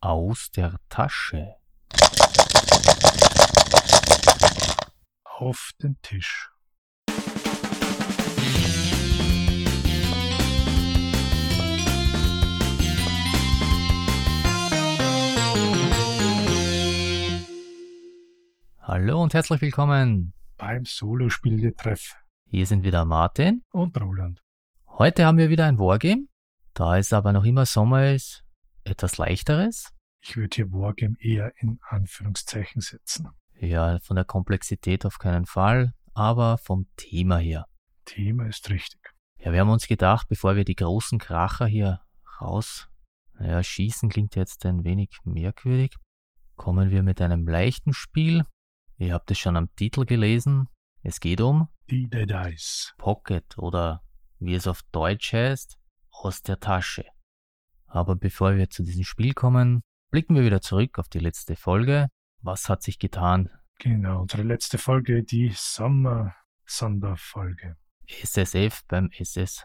Aus der Tasche. Auf den Tisch. Hallo und herzlich willkommen. Beim Solospiele-Treff. Hier sind wieder Martin. Und Roland. Heute haben wir wieder ein Wargame. Da es aber noch immer Sommer ist, etwas leichteres. Ich würde hier Wargame eher in Anführungszeichen setzen. Ja, von der Komplexität auf keinen Fall, aber vom Thema her. Thema ist richtig. Ja, wir haben uns gedacht, bevor wir die großen Kracher hier schießen klingt jetzt ein wenig merkwürdig, kommen wir mit einem leichten Spiel. Ihr habt es schon am Titel gelesen. Es geht um Die Dice. Pocket oder wie es auf Deutsch heißt, aus der Tasche. Aber bevor wir zu diesem Spiel kommen, blicken wir wieder zurück auf die letzte Folge. Was hat sich getan? Genau, unsere letzte Folge, die Sommer-Sonderfolge. SSF beim SST.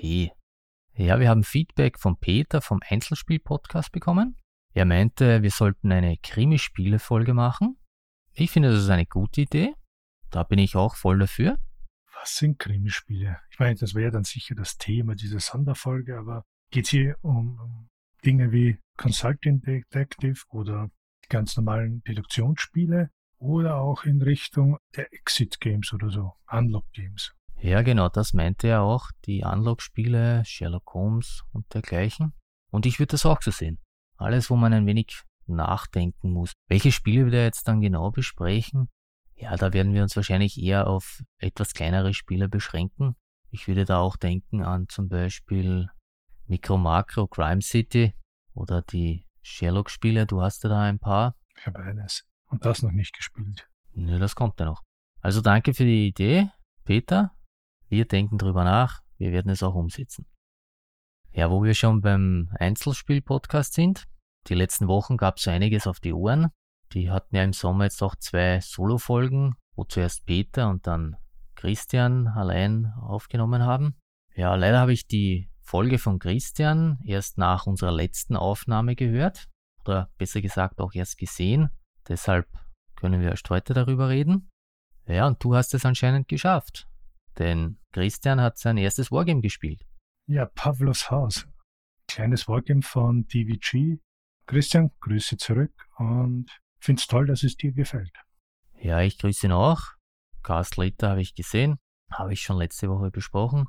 Ja, wir haben Feedback von Peter vom Einzelspiel-Podcast bekommen. Er meinte, wir sollten eine Krimispiele-Folge machen. Ich finde, das ist eine gute Idee. Da bin ich auch voll dafür. Was sind Krimispiele? Ich meine, das wäre dann sicher das Thema dieser Sonderfolge, aber geht es hier um Dinge wie Consulting Detective oder die ganz normalen Deduktionsspiele oder auch in Richtung der Exit Games oder so, Unlock Games? Ja, genau, das meinte er auch. Die Unlock-Spiele, Sherlock Holmes und dergleichen. Und ich würde das auch so sehen. Alles, wo man ein wenig nachdenken muss. Welche Spiele wir da jetzt dann genau besprechen? Ja, da werden wir uns wahrscheinlich eher auf etwas kleinere Spiele beschränken. Ich würde da auch denken an zum Beispiel Micro Macro Crime City oder die Sherlock-Spiele. Du hast ja da ein paar. Ich habe eines. Und das noch nicht gespielt. Nö, das kommt ja noch. Also danke für die Idee, Peter. Wir denken drüber nach. Wir werden es auch umsetzen. Ja, wo wir schon beim Einzelspiel-Podcast sind. Die letzten Wochen gab es so einiges auf die Ohren. Die hatten ja im Sommer jetzt auch 2 Solo-Folgen, wo zuerst Peter und dann Christian allein aufgenommen haben. Ja, leider habe ich die Folge von Christian erst nach unserer letzten Aufnahme gehört. Oder besser gesagt auch erst gesehen. Deshalb können wir erst heute darüber reden. Ja, und du hast es anscheinend geschafft. Denn Christian hat sein erstes Wargame gespielt. Ja, Pavlos Haus. Kleines Wargame von DVG. Christian, Grüße zurück und finde es toll, dass es dir gefällt. Ja, ich grüße ihn auch. Cast Later habe ich gesehen. Habe ich schon letzte Woche besprochen.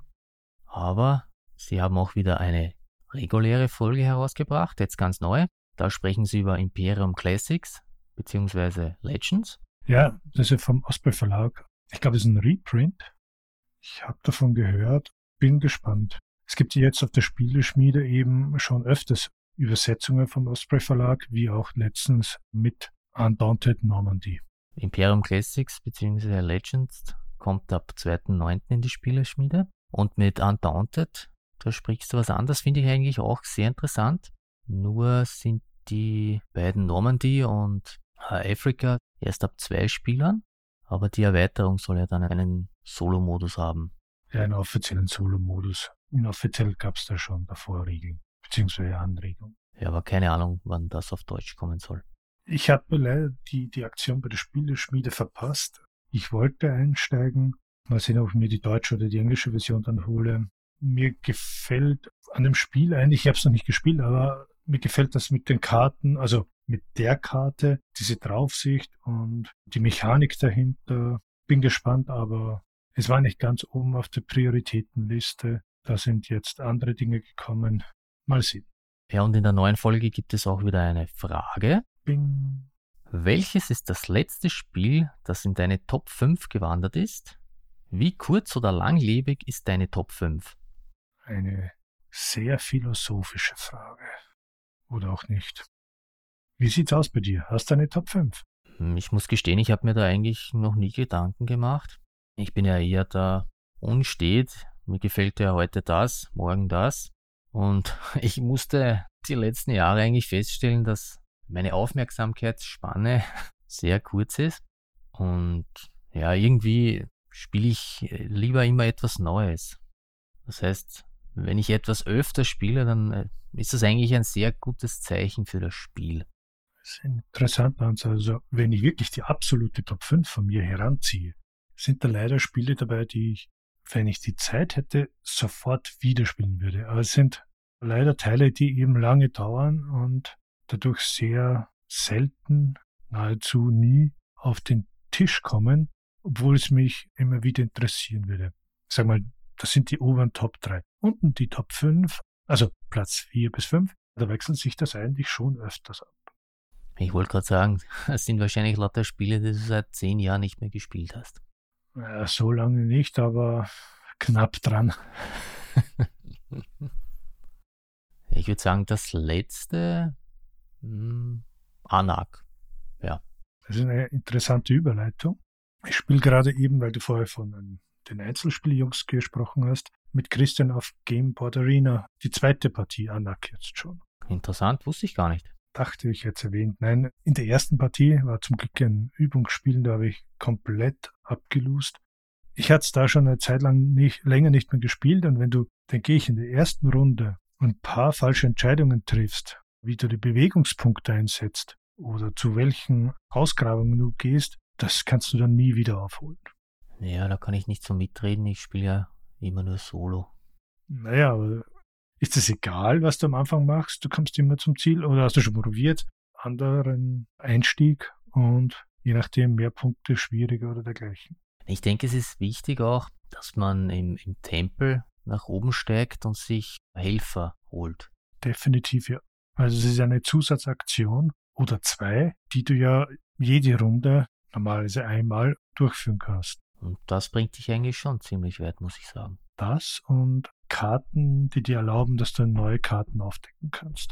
Aber sie haben auch wieder eine reguläre Folge herausgebracht, jetzt ganz neu. Da sprechen sie über Imperium Classics bzw. Legends. Ja, das ist ja vom Osprey Verlag. Ich glaube, es ist ein Reprint. Ich habe davon gehört, bin gespannt. Es gibt jetzt auf der Spieleschmiede eben schon öfters Übersetzungen vom Osprey Verlag, wie auch letztens mit Undaunted Normandy. Imperium Classics bzw. Legends kommt ab 2.9. in die Spieleschmiede. Und mit Undaunted, da sprichst du was an, das finde ich eigentlich auch sehr interessant. Nur sind die beiden Normandy und Africa erst ab 2 Spielern, aber die Erweiterung soll ja dann einen Solo-Modus haben. Ja, einen offiziellen Solo-Modus. Inoffiziell gab es da schon davor Regeln, beziehungsweise Anregungen. Ja, aber keine Ahnung, wann das auf Deutsch kommen soll. Ich habe leider die Aktion bei der Spieleschmiede verpasst. Ich wollte einsteigen. Mal sehen, ob ich mir die deutsche oder die englische Version dann hole. Mir gefällt an dem Spiel eigentlich, ich habe es noch nicht gespielt, aber mir gefällt das mit den Karten, also mit der Karte, diese Draufsicht und die Mechanik dahinter. Bin gespannt, aber es war nicht ganz oben auf der Prioritätenliste. Da sind jetzt andere Dinge gekommen. Mal sehen. Ja, und in der neuen Folge gibt es auch wieder eine Frage. Bing. Welches ist das letzte Spiel, das in deine Top 5 gewandert ist? Wie kurz oder langlebig ist deine Top 5? Eine sehr philosophische Frage. Oder auch nicht. Wie sieht's aus bei dir? Hast du eine Top 5? Ich muss gestehen, ich habe mir da eigentlich noch nie Gedanken gemacht. Ich bin ja eher da unstet. Mir gefällt ja heute das, morgen das. Und ich musste die letzten Jahre eigentlich feststellen, dass meine Aufmerksamkeitsspanne sehr kurz ist. Und ja, irgendwie spiele ich lieber immer etwas Neues. Das heißt, Wenn ich etwas öfter spiele, dann ist das eigentlich ein sehr gutes Zeichen für das Spiel. Das ist ein interessanter Ansatz. Also, wenn ich wirklich die absolute Top 5 von mir heranziehe, sind da leider Spiele dabei, die ich, wenn ich die Zeit hätte, sofort wieder spielen würde. Aber es sind leider Teile, die eben lange dauern und dadurch sehr selten, nahezu nie auf den Tisch kommen, obwohl es mich immer wieder interessieren würde. Ich sag mal, das sind die oberen Top 3. Unten die Top 5, also Platz 4 bis 5, da wechselt sich das eigentlich schon öfters ab. Ich wollte gerade sagen, das sind wahrscheinlich lauter Spiele, die du seit 10 Jahren nicht mehr gespielt hast. So lange nicht, aber knapp dran. Ich würde sagen, das letzte Anak. Ja. Das ist eine interessante Überleitung. Ich spiele gerade eben, weil du vorher von den Einzelspieljungs gesprochen hast, mit Christian auf Game Board Arena die zweite Partie Anak jetzt schon. Interessant, wusste ich gar nicht. Dachte ich jetzt erwähnt. Nein, in der ersten Partie war zum Glück ein Übungsspiel, da habe ich komplett abgelust. Ich hatte es da schon eine Zeit lang länger nicht mehr gespielt und wenn du, denke ich, in der ersten Runde ein paar falsche Entscheidungen triffst, wie du die Bewegungspunkte einsetzt oder zu welchen Ausgrabungen du gehst, das kannst du dann nie wieder aufholen. Ja, da kann ich nicht so mitreden. Ich spiele ja immer nur Solo. Naja, aber ist es egal, was du am Anfang machst? Du kommst immer zum Ziel oder hast du schon probiert? Anderen Einstieg und je nachdem mehr Punkte, schwieriger oder dergleichen. Ich denke, es ist wichtig auch, dass man im Tempel nach oben steigt und sich Helfer holt. Definitiv, ja. Also es ist eine Zusatzaktion oder 2, die du ja jede Runde normalerweise einmal durchführen kannst. Und das bringt dich eigentlich schon ziemlich weit, muss ich sagen. Das und Karten, die dir erlauben, dass du neue Karten aufdecken kannst.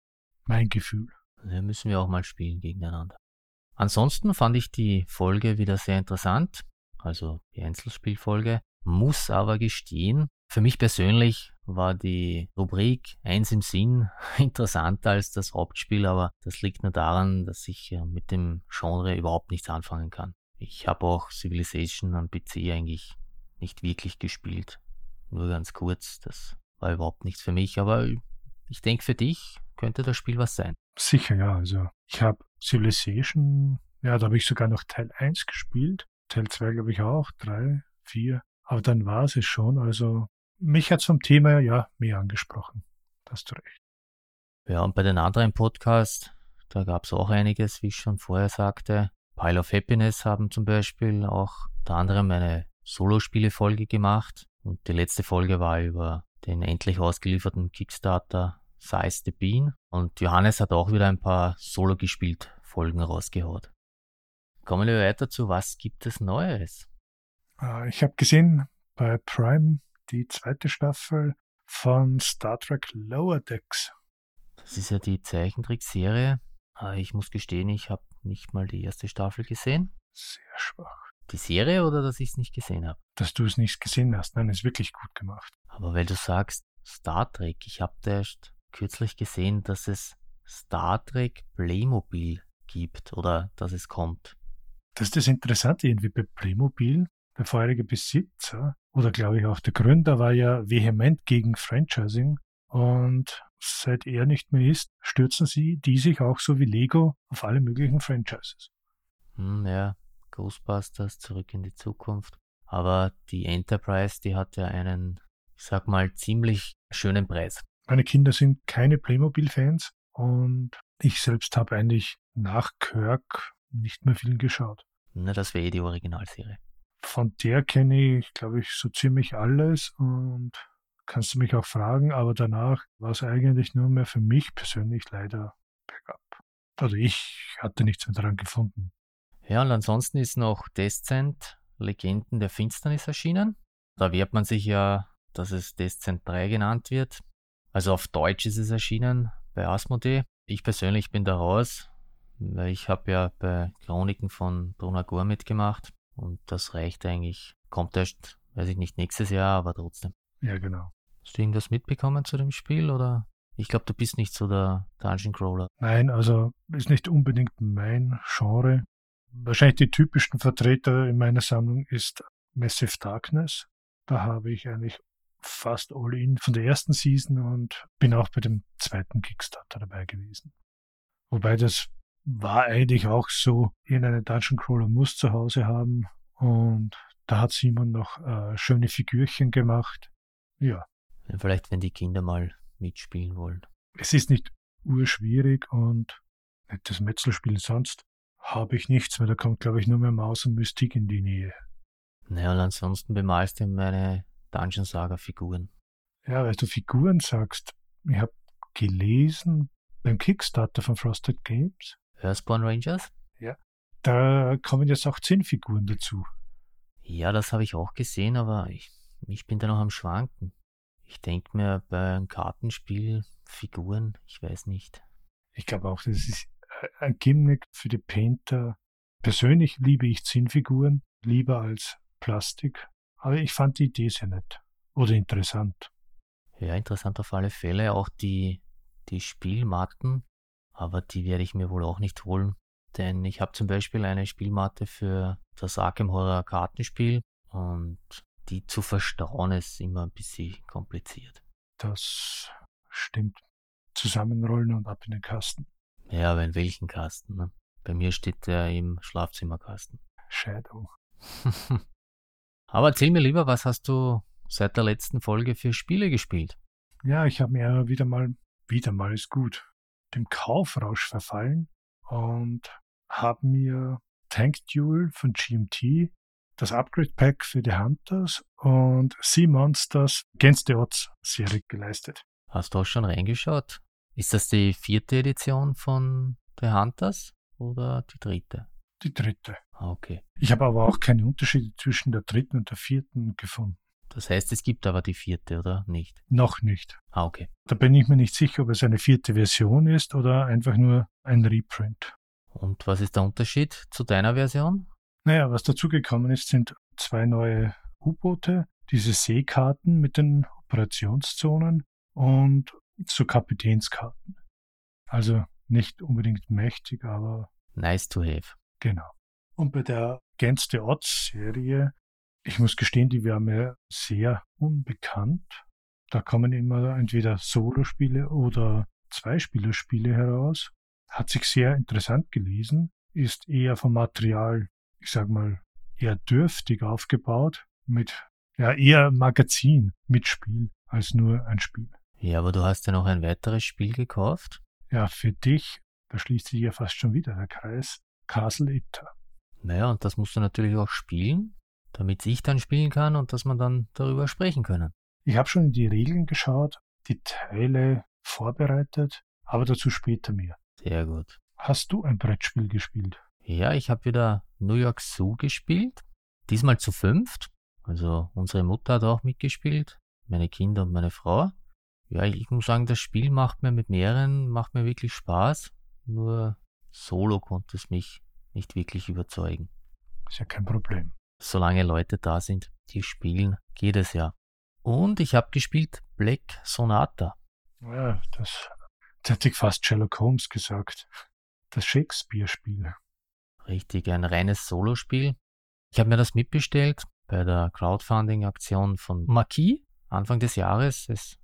Mein Gefühl. Da müssen wir auch mal spielen gegeneinander. Ansonsten fand ich die Folge wieder sehr interessant, also die Einzelspielfolge, muss aber gestehen, für mich persönlich war die Rubrik 1 im Sinn interessanter als das Hauptspiel, aber das liegt nur daran, dass ich mit dem Genre überhaupt nichts anfangen kann. Ich habe auch Civilization am PC eigentlich nicht wirklich gespielt. Nur ganz kurz, das war überhaupt nichts für mich, aber ich denke, für dich könnte das Spiel was sein. Sicher, ja. Also ich habe Civilization, ja, da habe ich sogar noch Teil 1 gespielt. Teil 2 glaube ich auch, 3, 4. Aber dann war es schon. Also mich hat es vom Thema ja mehr angesprochen. Da hast du recht. Ja, und bei den anderen Podcasts, da gab es auch einiges, wie ich schon vorher sagte. Pile of Happiness haben zum Beispiel auch unter anderem eine Solospiele-Folge gemacht. Und die letzte Folge war über den endlich ausgelieferten Kickstarter Size the Bean. Und Johannes hat auch wieder ein paar Solo-gespielt-Folgen rausgehaut. Kommen wir weiter zu, was gibt es Neues? Ich habe gesehen bei Prime die zweite Staffel von Star Trek Lower Decks. Das ist ja die Zeichentrickserie. Ich muss gestehen, ich habe nicht mal die erste Staffel gesehen. Sehr schwach. Die Serie oder dass ich es nicht gesehen habe? Dass du es nicht gesehen hast. Nein, ist wirklich gut gemacht. Aber weil du sagst Star Trek, ich habe da erst kürzlich gesehen, dass es Star Trek Playmobil gibt oder dass es kommt. Das ist das Interessante irgendwie bei Playmobil. Der vorherige Besitzer oder glaube ich auch der Gründer war ja vehement gegen Franchising und seit er nicht mehr ist, stürzen die sich auch so wie Lego auf alle möglichen Franchises. Ja, Ghostbusters, Zurück in die Zukunft. Aber die Enterprise, die hat ja einen, ich sag mal, ziemlich schönen Preis. Meine Kinder sind keine Playmobil-Fans und ich selbst habe eigentlich nach Kirk nicht mehr viel geschaut. Na, das wäre die Originalserie. Von der kenne ich, glaube ich, so ziemlich alles und kannst du mich auch fragen, aber danach war es eigentlich nur mehr für mich persönlich leider bergab. Also ich hatte nichts mehr daran gefunden. Ja, und ansonsten ist noch Descent, Legenden der Finsternis erschienen. Da wehrt man sich ja, dass es Descent 3 genannt wird. Also auf Deutsch ist es erschienen bei Asmodee. Ich persönlich bin da raus, weil ich habe ja bei Chroniken von Dronagor mitgemacht. Und das reicht eigentlich. Kommt erst, weiß ich nicht, nächstes Jahr, aber trotzdem. Ja, genau. Hast du irgendwas mitbekommen zu dem Spiel, oder? Ich glaube, du bist nicht so der Dungeon Crawler. Nein, also ist nicht unbedingt mein Genre. Wahrscheinlich die typischen Vertreter in meiner Sammlung ist Massive Darkness. Da habe ich eigentlich fast all in von der ersten Season und bin auch bei dem zweiten Kickstarter dabei gewesen. Wobei das war eigentlich auch so, irgendeinen Dungeon Crawler muss zu Hause haben und da hat Simon noch schöne Figürchen gemacht. Ja. Vielleicht, wenn die Kinder mal mitspielen wollen. Es ist nicht urschwierig und das Metzelspiel sonst habe ich nichts, weil da kommt, glaube ich, nur mehr Maus und Mystik in die Nähe. Naja, und ansonsten bemalst du meine Dungeon Saga Figuren. Ja, weil du Figuren sagst, ich habe gelesen beim Kickstarter von Frosted Games. Earthborn Rangers? Ja. Da kommen jetzt auch 10 Figuren dazu. Ja, das habe ich auch gesehen, aber ich bin da noch am Schwanken. Ich denke mir bei einem Kartenspiel, Figuren, ich weiß nicht. Ich glaube auch, das ist ein Gimmick für die Painter. Persönlich liebe ich Zinnfiguren, lieber als Plastik. Aber ich fand die Idee sehr nett. Oder interessant. Ja, interessant auf alle Fälle. Auch die Spielmatten, aber die werde ich mir wohl auch nicht holen. Denn ich habe zum Beispiel eine Spielmatte für das Arkham Horror Kartenspiel und die zu verstauen ist immer ein bisschen kompliziert. Das stimmt. Zusammenrollen und ab in den Kasten. Ja, aber in welchen Kasten? Ne? Bei mir steht der im Schlafzimmerkasten. Shadow. Aber erzähl mir lieber, was hast du seit der letzten Folge für Spiele gespielt? Ja, ich habe mir wieder mal ist gut, dem Kaufrausch verfallen und habe mir Tank Duel von GMT, das Upgrade Pack für die Hunters und Sea Monsters Against the Odds Serie geleistet. Hast du auch schon reingeschaut? Ist das die 4. Edition von The Hunters oder die 3.? Die 3. Okay. Ich habe aber auch keine Unterschiede zwischen der 3. und der 4. gefunden. Das heißt, es gibt aber die 4. oder nicht? Noch nicht. Okay. Da bin ich mir nicht sicher, ob es eine 4. Version ist oder einfach nur ein Reprint. Und was ist der Unterschied zu deiner Version? Naja, was dazugekommen ist, sind 2 neue U-Boote, diese Seekarten mit den Operationszonen und so Kapitänskarten. Also nicht unbedingt mächtig, aber Nice to have. genau. Und bei der Against the Odds Serie, ich muss gestehen, die wäre mir sehr unbekannt. Da kommen immer entweder Solospiele oder Zweispielerspiele heraus. Hat sich sehr interessant gelesen, ist eher vom Material, ich sag mal, eher dürftig aufgebaut, mit eher Magazin mit Spiel als nur ein Spiel. Ja, aber du hast ja noch ein weiteres Spiel gekauft. Ja, für dich, da schließt sich ja fast schon wieder der Kreis, Castle Itter. Naja, und das musst du natürlich auch spielen, damit ich dann spielen kann und dass wir dann darüber sprechen können. Ich habe schon in die Regeln geschaut, die Teile vorbereitet, aber dazu später mehr. Sehr gut. Hast du ein Brettspiel gespielt? Ja, ich habe wieder New York Zoo gespielt. Diesmal zu 5. Also unsere Mutter hat auch mitgespielt, meine Kinder und meine Frau. Ja, ich muss sagen, das Spiel macht mir wirklich Spaß. Nur solo konnte es mich nicht wirklich überzeugen. Ist ja kein Problem. Solange Leute da sind, die spielen, geht es ja. Und ich habe gespielt Black Sonata. Ja, das hätte ich fast Sherlock Holmes gesagt. Das Shakespeare-Spiel. Richtig, ein reines Solospiel. Ich habe mir das mitbestellt bei der Crowdfunding-Aktion von Marquis Anfang des Jahres.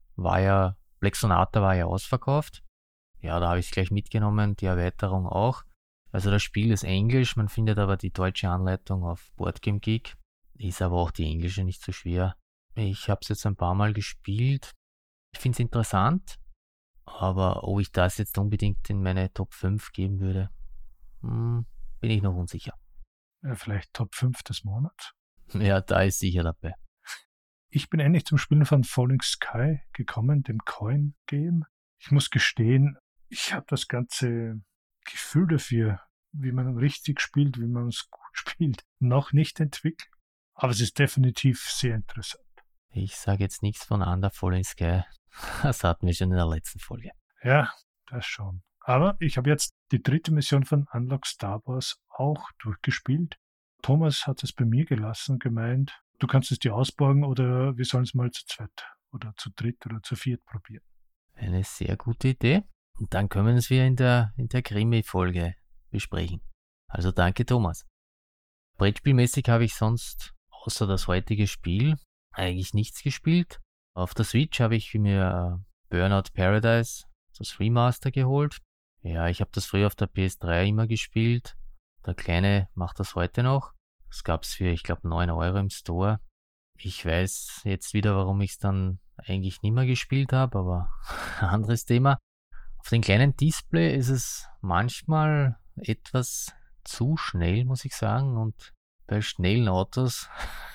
Black Sonata war ja ausverkauft. Ja, da habe ich es gleich mitgenommen, die Erweiterung auch. Also das Spiel ist Englisch, man findet aber die deutsche Anleitung auf Boardgame Geek. Ist aber auch die englische nicht so schwer. Ich habe es jetzt ein paar Mal gespielt. Ich finde es interessant, aber ob ich das jetzt unbedingt in meine Top 5 geben würde, bin ich noch unsicher. Ja, vielleicht Top 5 des Monats. Ja, da ist sicher dabei. Ich bin endlich zum Spielen von Falling Sky gekommen, dem Coin-Game. Ich muss gestehen, ich habe das ganze Gefühl dafür, wie man richtig spielt, wie man es gut spielt, noch nicht entwickelt. Aber es ist definitiv sehr interessant. Ich sage jetzt nichts von Under Falling Sky. Das hatten wir schon in der letzten Folge. Ja, das schon. Aber ich habe jetzt die 3. Mission von Unlock Star Wars auch durchgespielt. Thomas hat es bei mir gelassen und gemeint, du kannst es dir ausborgen oder wir sollen es mal zu zweit oder zu dritt oder zu viert probieren. Eine sehr gute Idee. Und dann können wir es wieder in der Krimi-Folge besprechen. Also danke, Thomas. Brettspielmäßig habe ich sonst, außer das heutige Spiel, eigentlich nichts gespielt. Auf der Switch habe ich mir Burnout Paradise, das Remaster, geholt. Ja, ich habe das früher auf der PS3 immer gespielt. Der Kleine macht das heute noch. Das gab's für, ich glaube, 9 Euro im Store. Ich weiß jetzt wieder, warum ich es dann eigentlich nicht mehr gespielt habe, aber ein anderes Thema. Auf dem kleinen Display ist es manchmal etwas zu schnell, muss ich sagen. Und bei schnellen Autos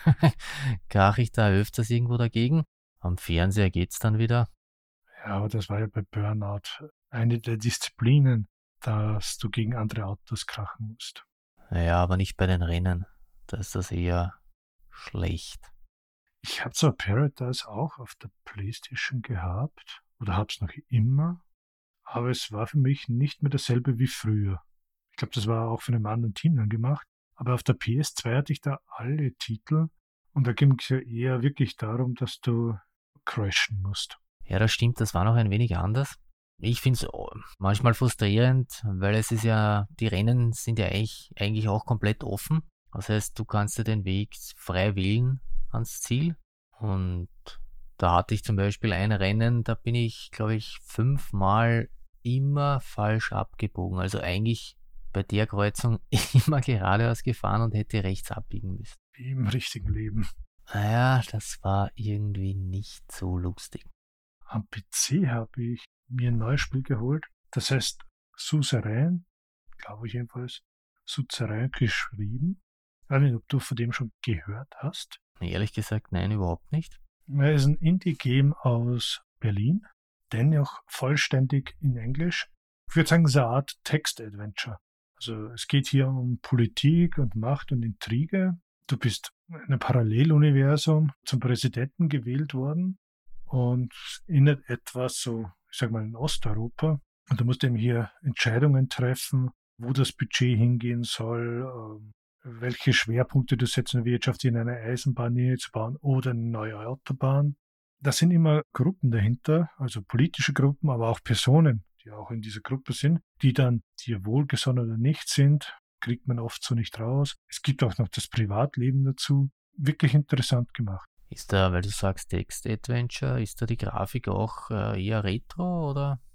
krache ich da öfters irgendwo dagegen. Am Fernseher geht's dann wieder. Ja, aber das war ja bei Burnout eine der Disziplinen, dass du gegen andere Autos krachen musst. Ja, aber nicht bei den Rennen. Da ist das eher schlecht. Ich habe zwar Paradise auch auf der PlayStation gehabt oder habe es noch immer, aber es war für mich nicht mehr dasselbe wie früher. Ich glaube, das war auch von einem anderen Team dann gemacht. Aber auf der PS2 hatte ich da alle Titel und da ging es ja eher wirklich darum, dass du crashen musst. Ja, das stimmt, das war noch ein wenig anders. Ich finde es manchmal frustrierend, weil es ist ja, die Rennen sind ja eigentlich auch komplett offen. Das heißt, du kannst dir den Weg frei wählen ans Ziel. Und da hatte ich zum Beispiel ein Rennen, da bin ich, glaube ich, 5-mal immer falsch abgebogen. Also eigentlich bei der Kreuzung immer geradeaus gefahren und hätte rechts abbiegen müssen. Wie im richtigen Leben. Naja, das war irgendwie nicht so lustig. Am PC habe ich mir ein neues Spiel geholt. Das heißt Suzerain, glaube ich jedenfalls. Suzerain geschrieben. Ich weiß nicht, ob du von dem schon gehört hast. Ehrlich gesagt, nein, überhaupt nicht. Es ist ein Indie-Game aus Berlin, dennoch vollständig in Englisch. Ich würde sagen, es ist eine Art Text-Adventure. Also es geht hier um Politik und Macht und Intrige. Du bist in einem Paralleluniversum zum Präsidenten gewählt worden und in etwas so, ich sag mal, in Osteuropa. Und du musst eben hier Entscheidungen treffen, wo das Budget hingehen soll, welche Schwerpunkte du setzt in der Wirtschaft, in eine Eisenbahnlinie zu bauen oder eine neue Autobahn. Da sind immer Gruppen dahinter, also politische Gruppen, aber auch Personen, die auch in dieser Gruppe sind, die dann dir wohlgesonnen oder nicht sind, kriegt man oft so nicht raus. Es gibt auch noch das Privatleben dazu. Wirklich interessant gemacht. Ist da, weil du sagst Text-Adventure, ist da die Grafik auch eher retro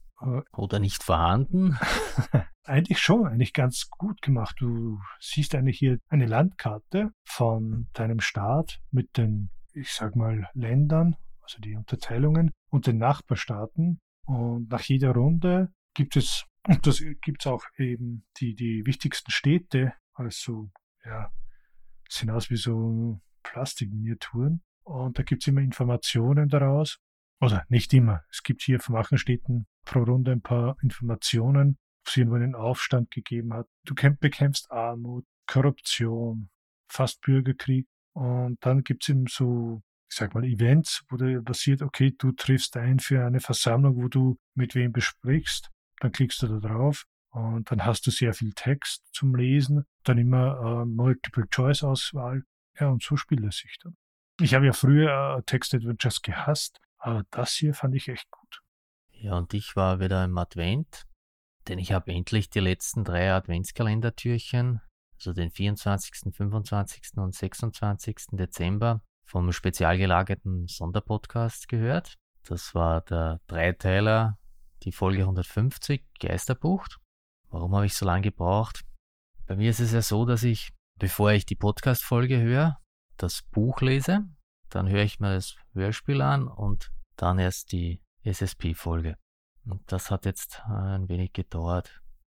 oder nicht vorhanden? Eigentlich schon, eigentlich ganz gut gemacht. Du siehst eigentlich hier eine Landkarte von deinem Staat mit den, ich sag mal, Ländern, also die Unterteilungen und den Nachbarstaaten. Und nach jeder Runde gibt es, und das gibt's auch eben die wichtigsten Städte, also ja, sehen aus wie so Plastikminiaturen. Und da gibt's immer Informationen daraus. Oder nicht immer. Es gibt hier von manchen Städten pro Runde ein paar Informationen, ob es irgendwo einen Aufstand gegeben hat. Du bekämpfst Armut, Korruption, fast Bürgerkrieg. Und dann gibt's eben so, ich sag mal, Events, wo da passiert, okay, du triffst ein für eine Versammlung, wo du mit wem besprichst. Dann klickst du da drauf und dann hast du sehr viel Text zum Lesen. Dann immer Multiple-Choice-Auswahl. Ja, und so spielt es sich dann. Ich habe ja früher Text-Adventures gehasst, aber das hier fand ich echt gut. Ja, und ich war wieder im Advent, denn ich habe endlich die letzten 3 Adventskalendertürchen, also den 24., 25. und 26. Dezember, vom spezial gelagerten Sonderpodcast gehört. Das war der Dreiteiler, die Folge 150, Geisterbucht. Warum habe ich so lange gebraucht? Bei mir ist es ja so, dass ich, bevor ich die Podcast-Folge höre, das Buch lese, dann höre ich mir das Hörspiel an und dann erst die SSP-Folge. Und das hat jetzt ein wenig gedauert.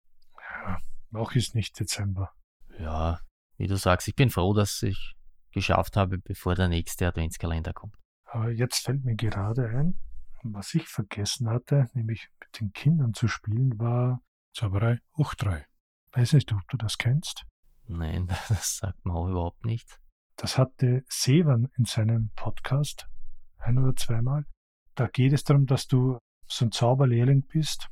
Ja, noch ist nicht Dezember. Ja, wie du sagst, ich bin froh, dass ich geschafft habe, bevor der nächste Adventskalender kommt. Aber jetzt fällt mir gerade ein, was ich vergessen hatte, nämlich mit den Kindern zu spielen, war Zauberei hoch 3. Weiß nicht, ob du das kennst. Nein, das sagt man auch überhaupt nicht. Das hatte Sevan in seinem Podcast 1 oder 2-mal. Da geht es darum, dass du so ein Zauberlehrling bist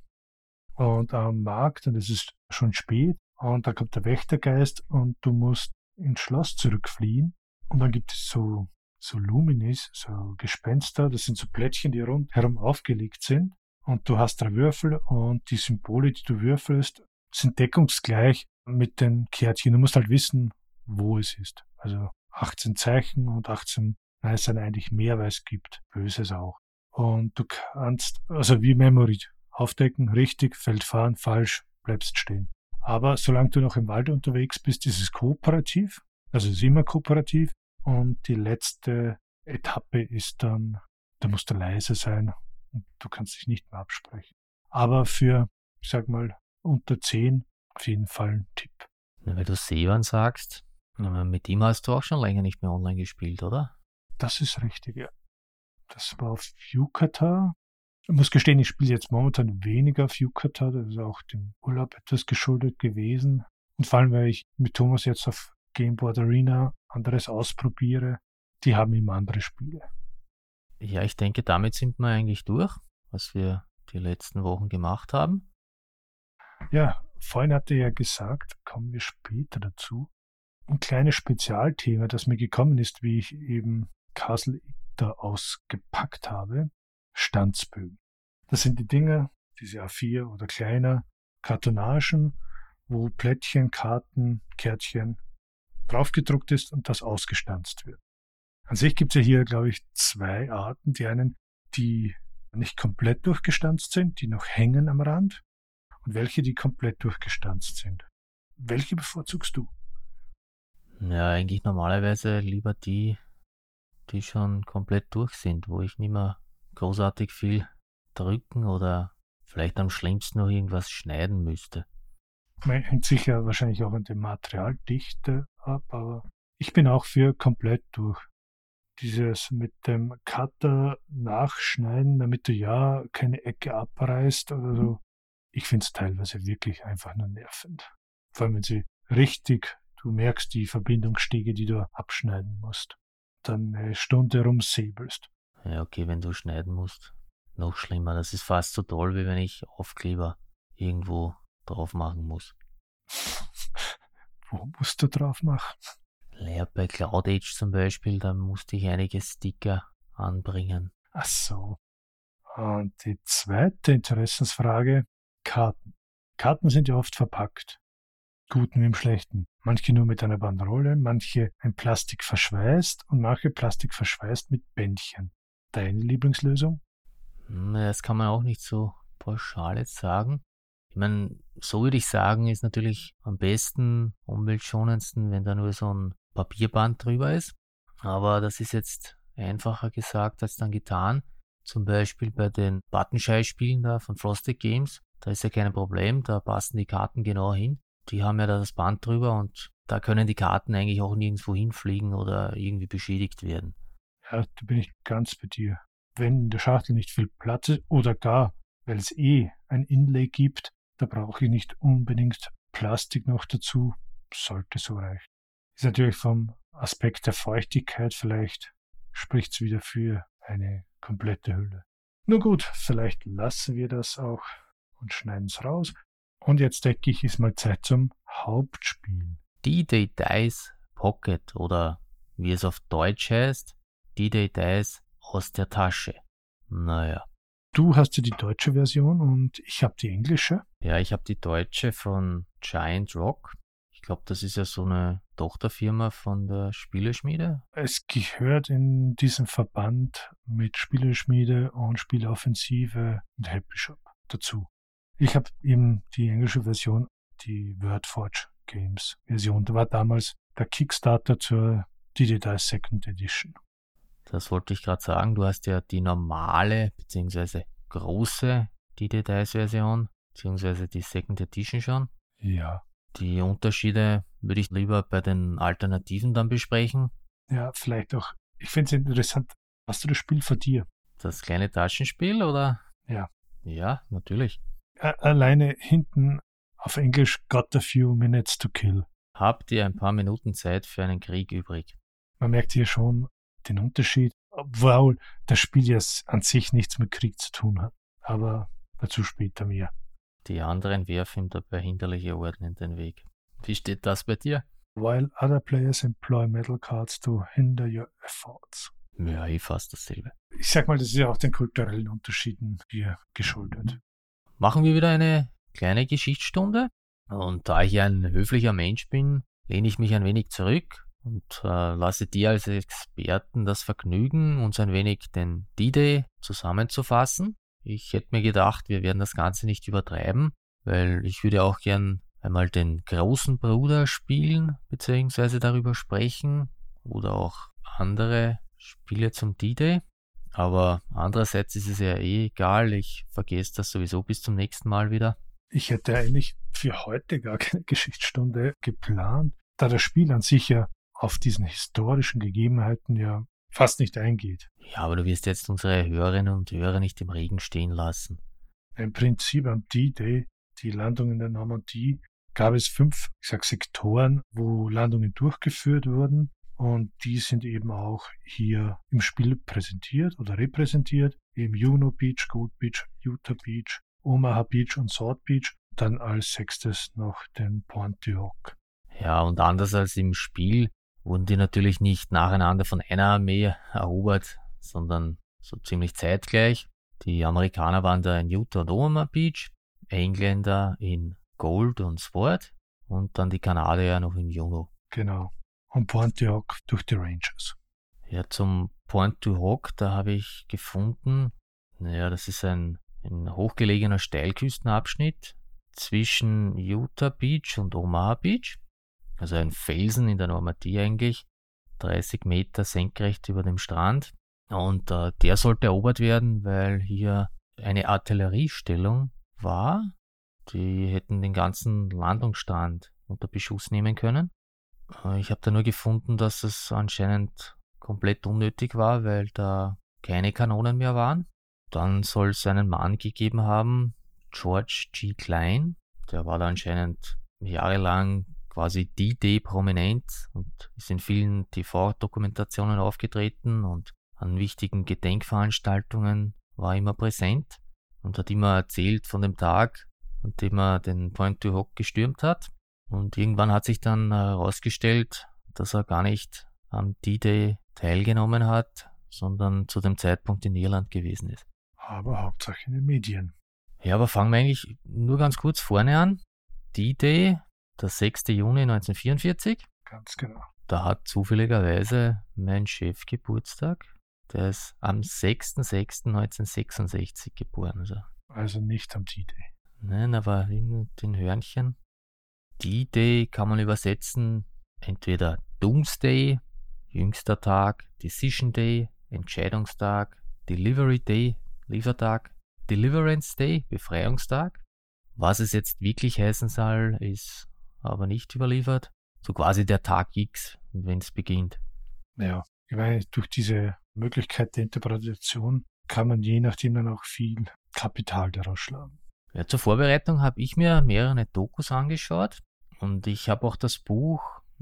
und am Markt, und es ist schon spät, und da kommt der Wächtergeist und du musst ins Schloss zurückfliehen. Und dann gibt es so Luminis, so Gespenster, das sind so Plättchen, die rundherum aufgelegt sind. Und du hast 3 Würfel und die Symbole, die du würfelst, sind deckungsgleich mit den Kärtchen. Du musst halt wissen, wo es ist. Also 18 Zeichen und 18 Nein, es sind eigentlich mehr, weil es gibt Böses auch. Und du kannst, also wie Memory, aufdecken, richtig, Feld fahren, falsch, bleibst stehen. Aber solange du noch im Wald unterwegs bist, ist es kooperativ. Also es ist immer kooperativ. Und die letzte Etappe ist dann, da musst du leise sein und du kannst dich nicht mehr absprechen. Aber für, ich sag mal, unter 10 auf jeden Fall ein Tipp. Na, weil du Sevan sagst, mit ihm hast du auch schon länger nicht mehr online gespielt, oder? Das ist richtig, ja. Das war auf Yucata. Ich muss gestehen, ich spiele jetzt momentan weniger auf Yucata. Das ist auch dem Urlaub etwas geschuldet gewesen. Und vor allem, weil ich mit Thomas jetzt auf Game Board Arena anderes ausprobiere. Die haben immer andere Spiele. Ja, ich denke, damit sind wir eigentlich durch, was wir die letzten Wochen gemacht haben. Ja, vorhin hatte er ja gesagt, kommen wir später dazu. Ein kleines Spezialthema, das mir gekommen ist, wie ich eben Castle da ausgepackt habe. Stanzbögen. Das sind die Dinger, diese A4 oder kleiner, Kartonagen, wo Plättchen, Karten, Kärtchen draufgedruckt ist und das ausgestanzt wird. An sich gibt es ja hier, glaube ich, 2 Arten. Die einen, die nicht komplett durchgestanzt sind, die noch hängen am Rand, und welche, die komplett durchgestanzt sind. Welche bevorzugst du? Ja, eigentlich normalerweise lieber die schon komplett durch sind, wo ich nicht mehr großartig viel drücken oder vielleicht am schlimmsten noch irgendwas schneiden müsste. Hängt sicher wahrscheinlich auch an der Materialdichte ab, aber ich bin auch für komplett durch. Dieses mit dem Cutter nachschneiden, damit du ja keine Ecke abreißt oder so. Ich finde es teilweise wirklich einfach nur nervend. Vor allem, wenn sie richtig, du merkst die Verbindungsstege, die du abschneiden musst. Dann eine Stunde rumsäbelst. Ja, okay, wenn du schneiden musst. Noch schlimmer. Das ist fast so toll, wie wenn ich Aufkleber irgendwo drauf machen muss. Wo musst du drauf machen? Ja, bei Cloud Age zum Beispiel, da musste ich einige Sticker anbringen. Ach so. Und die zweite Interessensfrage, Karten. Karten sind ja oft verpackt. Guten wie im Schlechten. Manche nur mit einer Bandrolle, manche ein Plastik verschweißt und manche Plastik verschweißt mit Bändchen. Deine Lieblingslösung? Das kann man auch nicht so pauschal jetzt sagen. Ich meine, so würde ich sagen, ist natürlich am besten, umweltschonendsten, wenn da nur so ein Papierband drüber ist. Aber das ist jetzt einfacher gesagt als dann getan. Zum Beispiel bei den Buttonschei-Spielen da von Frosted Games. Da ist ja kein Problem, da passen die Karten genau hin. Die haben ja da das Band drüber und da können die Karten eigentlich auch nirgendwo hinfliegen oder irgendwie beschädigt werden. Ja, da bin ich ganz bei dir. Wenn in der Schachtel nicht viel Platz ist oder gar, weil es ein Inlay gibt, da brauche ich nicht unbedingt Plastik noch dazu. Sollte so reichen. Ist natürlich vom Aspekt der Feuchtigkeit vielleicht, spricht es wieder für eine komplette Hülle. Nun gut, vielleicht lassen wir das auch und schneiden es raus. Und jetzt denke ich, ist mal Zeit zum Hauptspiel. D-Day Dice Pocket oder wie es auf Deutsch heißt, D-Day Dice aus der Tasche. Naja. Du hast ja die deutsche Version und ich habe die englische. Ja, ich habe die deutsche von Giant Rock. Ich glaube, das ist ja so eine Tochterfirma von der Spieleschmiede. Es gehört in diesen Verband mit Spieleschmiede und Spieleoffensive und Happy Shop dazu. Ich habe eben die englische Version, die Wordforge Games Version. Da war damals der Kickstarter zur D-Day Dice Second Edition. Das wollte ich gerade sagen. Du hast ja die normale bzw. große D-Day Dice Version bzw. die Second Edition schon. Ja. Die Unterschiede würde ich lieber bei den Alternativen dann besprechen. Ja, vielleicht auch. Ich finde es interessant. Hast du das Spiel vor dir? Das kleine Taschenspiel, oder? Ja. Ja, natürlich. Alleine hinten auf Englisch got a few minutes to kill. Habt ihr ein paar Minuten Zeit für einen Krieg übrig? Man merkt hier schon den Unterschied, obwohl das Spiel ja an sich nichts mit Krieg zu tun hat. Aber dazu später mehr. Die anderen werfen ihm dabei hinderliche Orden in den Weg. Wie steht das bei dir? While other players employ metal cards to hinder your efforts. Ja, fast dasselbe. Ich sag mal, das ist ja auch den kulturellen Unterschieden hier geschuldet. Machen wir wieder eine kleine Geschichtsstunde. Und da ich ein höflicher Mensch bin, lehne ich mich ein wenig zurück und lasse dir als Experten das Vergnügen, uns ein wenig den D-Day zusammenzufassen. Ich hätte mir gedacht, wir werden das Ganze nicht übertreiben, weil ich würde auch gern einmal den großen Bruder spielen, beziehungsweise darüber sprechen oder auch andere Spiele zum D-Day. Aber andererseits ist es ja eh egal, ich vergesse das sowieso bis zum nächsten Mal wieder. Ich hätte eigentlich für heute gar keine Geschichtsstunde geplant, da das Spiel an sich ja auf diesen historischen Gegebenheiten ja fast nicht eingeht. Ja, aber du wirst jetzt unsere Hörerinnen und Hörer nicht im Regen stehen lassen. Im Prinzip am D-Day, die Landung in der Normandie, gab es 5, Sektoren, wo Landungen durchgeführt wurden. Und die sind eben auch hier im Spiel präsentiert oder repräsentiert. Eben Juno Beach, Gold Beach, Utah Beach, Omaha Beach und Sword Beach. Dann als 6. noch den Pointe du Hoc. Ja, und anders als im Spiel wurden die natürlich nicht nacheinander von einer Armee erobert, sondern so ziemlich zeitgleich. Die Amerikaner waren da in Utah und Omaha Beach, Engländer in Gold und Sword und dann die Kanadier noch in Juno. Genau. Und Pointe du Hoc durch die Rangers. Ja, zum Pointe du Hoc, da habe ich gefunden, das ist ein hochgelegener Steilküstenabschnitt zwischen Utah Beach und Omaha Beach. Also ein Felsen in der Normandie eigentlich, 30 Meter senkrecht über dem Strand. Und der sollte erobert werden, weil hier eine Artilleriestellung war. Die hätten den ganzen Landungsstrand unter Beschuss nehmen können. Ich habe da nur gefunden, dass es anscheinend komplett unnötig war, weil da keine Kanonen mehr waren. Dann soll es einen Mann gegeben haben, George G. Klein. Der war da anscheinend jahrelang quasi D-Day prominent und ist in vielen TV-Dokumentationen aufgetreten und an wichtigen Gedenkveranstaltungen war immer präsent und hat immer erzählt von dem Tag, an dem er den Pointe du Hoc gestürmt hat. Und irgendwann hat sich dann herausgestellt, dass er gar nicht am D-Day teilgenommen hat, sondern zu dem Zeitpunkt in Irland gewesen ist. Aber Hauptsache in den Medien. Ja, aber fangen wir eigentlich nur ganz kurz vorne an. D-Day, der 6. Juni 1944. Ganz genau. Da hat zufälligerweise mein Chef Geburtstag. Der ist am 6.6.1966 geboren. Also nicht am D-Day. Nein, aber in den Hörnchen. D-Day kann man übersetzen, entweder Doomsday, jüngster Tag, Decision Day, Entscheidungstag, Delivery Day, Liefertag, Deliverance Day, Befreiungstag. Was es jetzt wirklich heißen soll, ist aber nicht überliefert. So quasi der Tag X, wenn es beginnt. Ja, ich meine, durch diese Möglichkeit der Interpretation kann man je nachdem dann auch viel Kapital daraus schlagen. Ja, zur Vorbereitung habe ich mir mehrere Dokus angeschaut und ich habe auch das Buch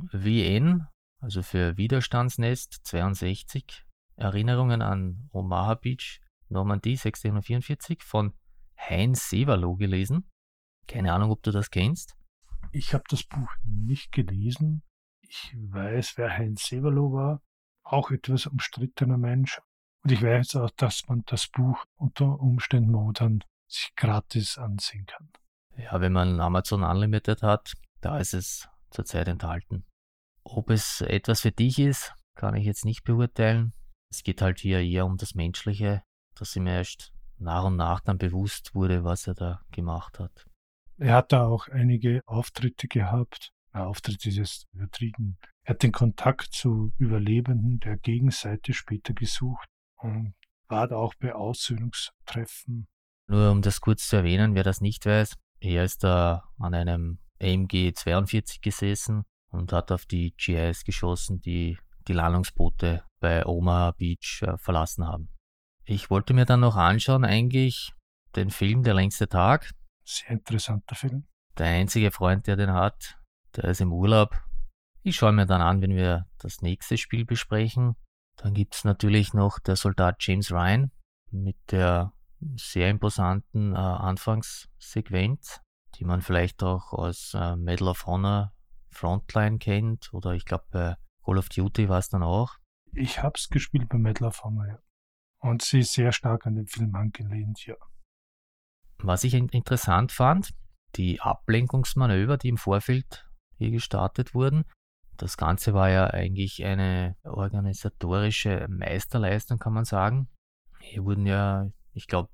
WN, also für Widerstandsnest 62, Erinnerungen an Omaha Beach, Normandie 1644 von Heinz Severloh gelesen. Keine Ahnung, ob du das kennst. Ich habe das Buch nicht gelesen. Ich weiß, wer Heinz Severloh war. Auch etwas umstrittener Mensch. Und ich weiß auch, dass man das Buch unter Umständen momentan sich gratis ansehen kann. Ja, wenn man Amazon Unlimited hat, da ist es zurzeit enthalten. Ob es etwas für dich ist, kann ich jetzt nicht beurteilen. Es geht halt hier eher um das Menschliche, dass ihm erst nach und nach dann bewusst wurde, was er da gemacht hat. Er hat da auch einige Auftritte gehabt. Auftritt ist jetzt übertrieben. Er hat den Kontakt zu Überlebenden der Gegenseite später gesucht und war da auch bei Aussöhnungstreffen. Nur um das kurz zu erwähnen, wer das nicht weiß, er ist da an einem AMG 42 gesessen und hat auf die GIs geschossen, die die Landungsboote bei Omaha Beach verlassen haben. Ich wollte mir dann noch anschauen, eigentlich den Film Der längste Tag. Sehr interessanter Film. Der einzige Freund, der den hat, der ist im Urlaub. Ich schaue mir dann an, wenn wir das nächste Spiel besprechen. Dann gibt's natürlich noch der Soldat James Ryan mit der sehr imposanten Anfangssequenz, die man vielleicht auch aus Medal of Honor Frontline kennt oder ich glaube bei Call of Duty war es dann auch. Ich hab's gespielt bei Medal of Honor, ja. Und sie ist sehr stark an den Film angelehnt, ja. Was ich interessant fand, die Ablenkungsmanöver, die im Vorfeld hier gestartet wurden, Das Ganze war ja eigentlich eine organisatorische Meisterleistung, kann man sagen. Hier wurden ja, ich glaube,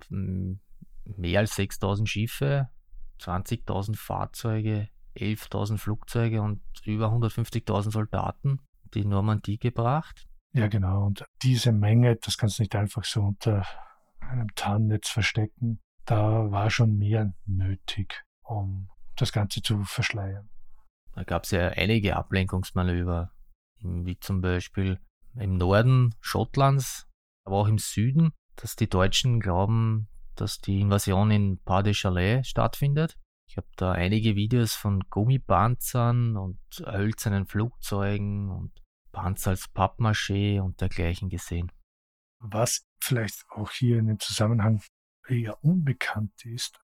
mehr als 6.000 Schiffe, 20.000 Fahrzeuge, 11.000 Flugzeuge und über 150.000 Soldaten die Normandie gebracht. Ja, genau. Und diese Menge, das kannst du nicht einfach so unter einem Tarnnetz verstecken. Da war schon mehr nötig, um das Ganze zu verschleiern. Da gab es ja einige Ablenkungsmanöver, wie zum Beispiel im Norden Schottlands, aber auch im Süden, dass die Deutschen glauben, dass die Invasion in Pas-de-Calais stattfindet. Ich habe da einige Videos von Gummipanzern und hölzernen Flugzeugen und Panzer als Pappmaché und dergleichen gesehen. Was vielleicht auch hier in dem Zusammenhang eher unbekannt ist,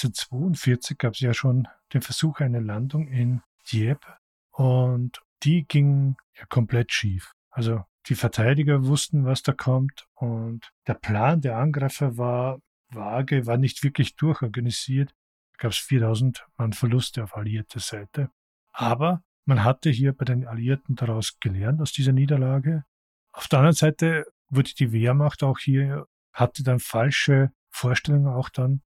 1942 gab es ja schon den Versuch einer Landung in Dieppe und die ging ja komplett schief. Also die Verteidiger wussten, was da kommt und der Plan der Angreifer war vage, war nicht wirklich durchorganisiert. Da gab es 4.000 Mann Verluste auf alliierter Seite. Aber man hatte hier bei den Alliierten daraus gelernt, aus dieser Niederlage. Auf der anderen Seite wurde die Wehrmacht auch hier, hatte dann falsche Vorstellungen auch dann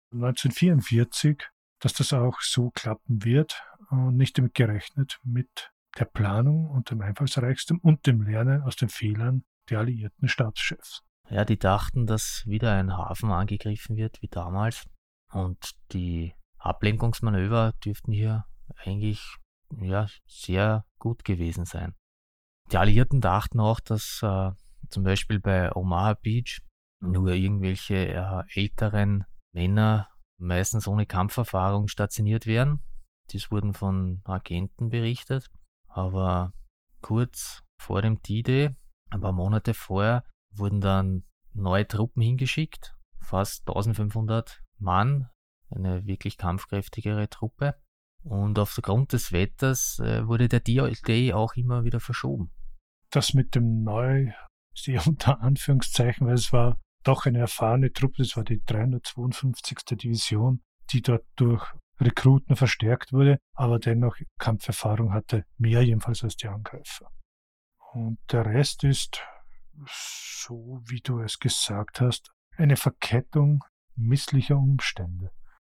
1944, dass das auch so klappen wird und nicht damit gerechnet mit der Planung und dem Einfallsreichtum und dem Lernen aus den Fehlern der alliierten Staatschefs. Ja, die dachten, dass wieder ein Hafen angegriffen wird, wie damals. Und die Ablenkungsmanöver dürften hier eigentlich sehr gut gewesen sein. Die Alliierten dachten auch, dass zum Beispiel bei Omaha Beach nur irgendwelche älteren Männer, meistens ohne Kampferfahrung, stationiert werden. Dies wurden von Agenten berichtet. Aber kurz vor dem D-Day, ein paar Monate vorher, wurden dann neue Truppen hingeschickt, fast 1500 Mann, eine wirklich kampfkräftigere Truppe. Und aufgrund des Wetters wurde der D-Day auch immer wieder verschoben. Das mit dem Neu, sehr unter Anführungszeichen, weil es war doch eine erfahrene Truppe, das war die 352. Division, die dort durch Rekruten verstärkt wurde, aber dennoch Kampferfahrung hatte, mehr jedenfalls als die Angreifer. Und der Rest ist, so wie du es gesagt hast, eine Verkettung misslicher Umstände.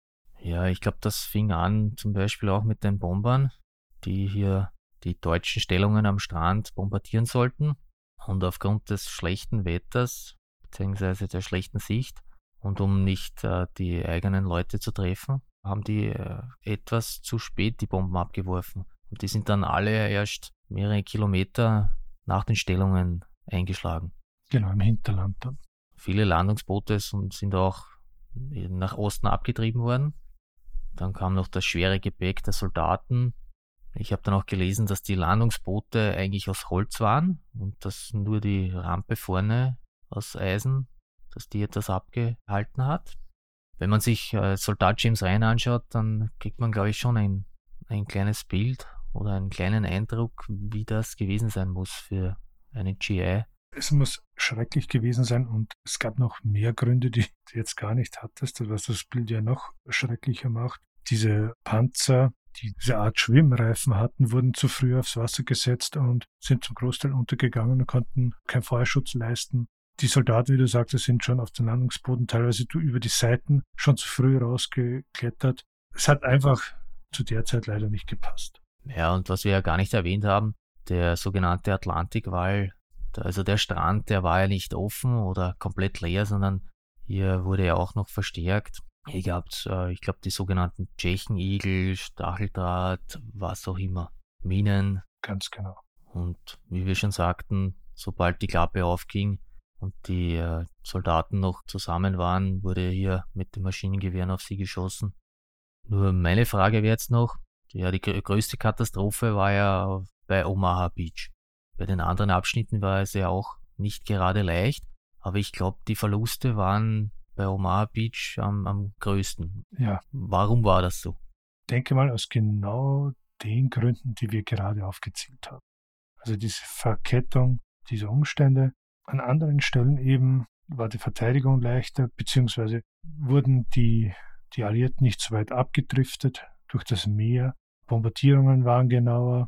Ja, ich glaube, das fing an zum Beispiel auch mit den Bombern, die hier die deutschen Stellungen am Strand bombardieren sollten. Und aufgrund des schlechten Wetters bzw. der schlechten Sicht und um nicht die eigenen Leute zu treffen, haben die etwas zu spät die Bomben abgeworfen. Und die sind dann alle erst mehrere Kilometer nach den Stellungen eingeschlagen. Genau, im Hinterland dann. Viele Landungsboote sind auch nach Osten abgetrieben worden. Dann kam noch das schwere Gepäck der Soldaten. Ich habe dann auch gelesen, dass die Landungsboote eigentlich aus Holz waren und dass nur die Rampe vorne aus Eisen, dass die etwas abgehalten hat. Wenn man sich Soldat James Ryan anschaut, dann kriegt man, glaube ich, schon ein kleines Bild oder einen kleinen Eindruck, wie das gewesen sein muss für einen GI. Es muss schrecklich gewesen sein und es gab noch mehr Gründe, die du jetzt gar nicht hattest, was das Bild ja noch schrecklicher macht. Diese Panzer, die diese Art Schwimmreifen hatten, wurden zu früh aufs Wasser gesetzt und sind zum Großteil untergegangen und konnten keinen Feuerschutz leisten. Die Soldaten, wie du sagtest, sind schon auf den Landungsboden teilweise über die Seiten schon zu früh rausgeklettert. Es hat einfach zu der Zeit leider nicht gepasst. Ja, und was wir ja gar nicht erwähnt haben, der sogenannte Atlantikwall, also der Strand, der war ja nicht offen oder komplett leer, sondern hier wurde ja auch noch verstärkt. Hier gab es, ich glaube, die sogenannten Tschechenigel, Stacheldraht, was auch immer, Minen. Ganz genau. Und wie wir schon sagten, sobald die Klappe aufging und die Soldaten noch zusammen waren, wurde hier mit den Maschinengewehren auf sie geschossen. Nur meine Frage wäre jetzt noch, ja, die größte Katastrophe war ja bei Omaha Beach. Bei den anderen Abschnitten war es ja auch nicht gerade leicht, aber ich glaube, die Verluste waren bei Omaha Beach am größten. Ja. Warum war das so? Ich denke mal aus genau den Gründen, die wir gerade aufgezählt haben. Also diese Verkettung dieser Umstände. An anderen Stellen eben war die Verteidigung leichter, beziehungsweise wurden die Alliierten nicht so weit abgedriftet durch das Meer. Bombardierungen waren genauer.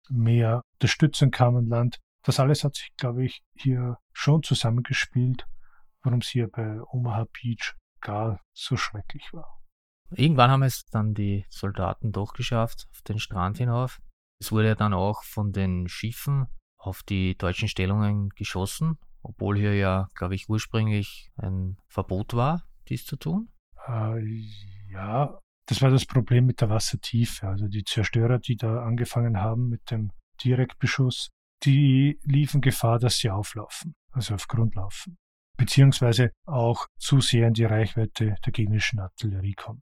mehr unterstützen kann im Land. Das alles hat sich, glaube ich, hier schon zusammengespielt, warum es hier bei Omaha Beach gar so schrecklich war. Irgendwann haben es dann die Soldaten doch geschafft, auf den Strand hinauf. Es wurde ja dann auch von den Schiffen auf die deutschen Stellungen geschossen, obwohl hier ja, glaube ich, ursprünglich ein Verbot war, dies zu tun. Ja, das war das Problem mit der Wassertiefe. Also die Zerstörer, die da angefangen haben mit dem Direktbeschuss, die liefen Gefahr, dass sie auflaufen, also auf Grund laufen, beziehungsweise auch zu sehr in die Reichweite der gegnerischen Artillerie kommen.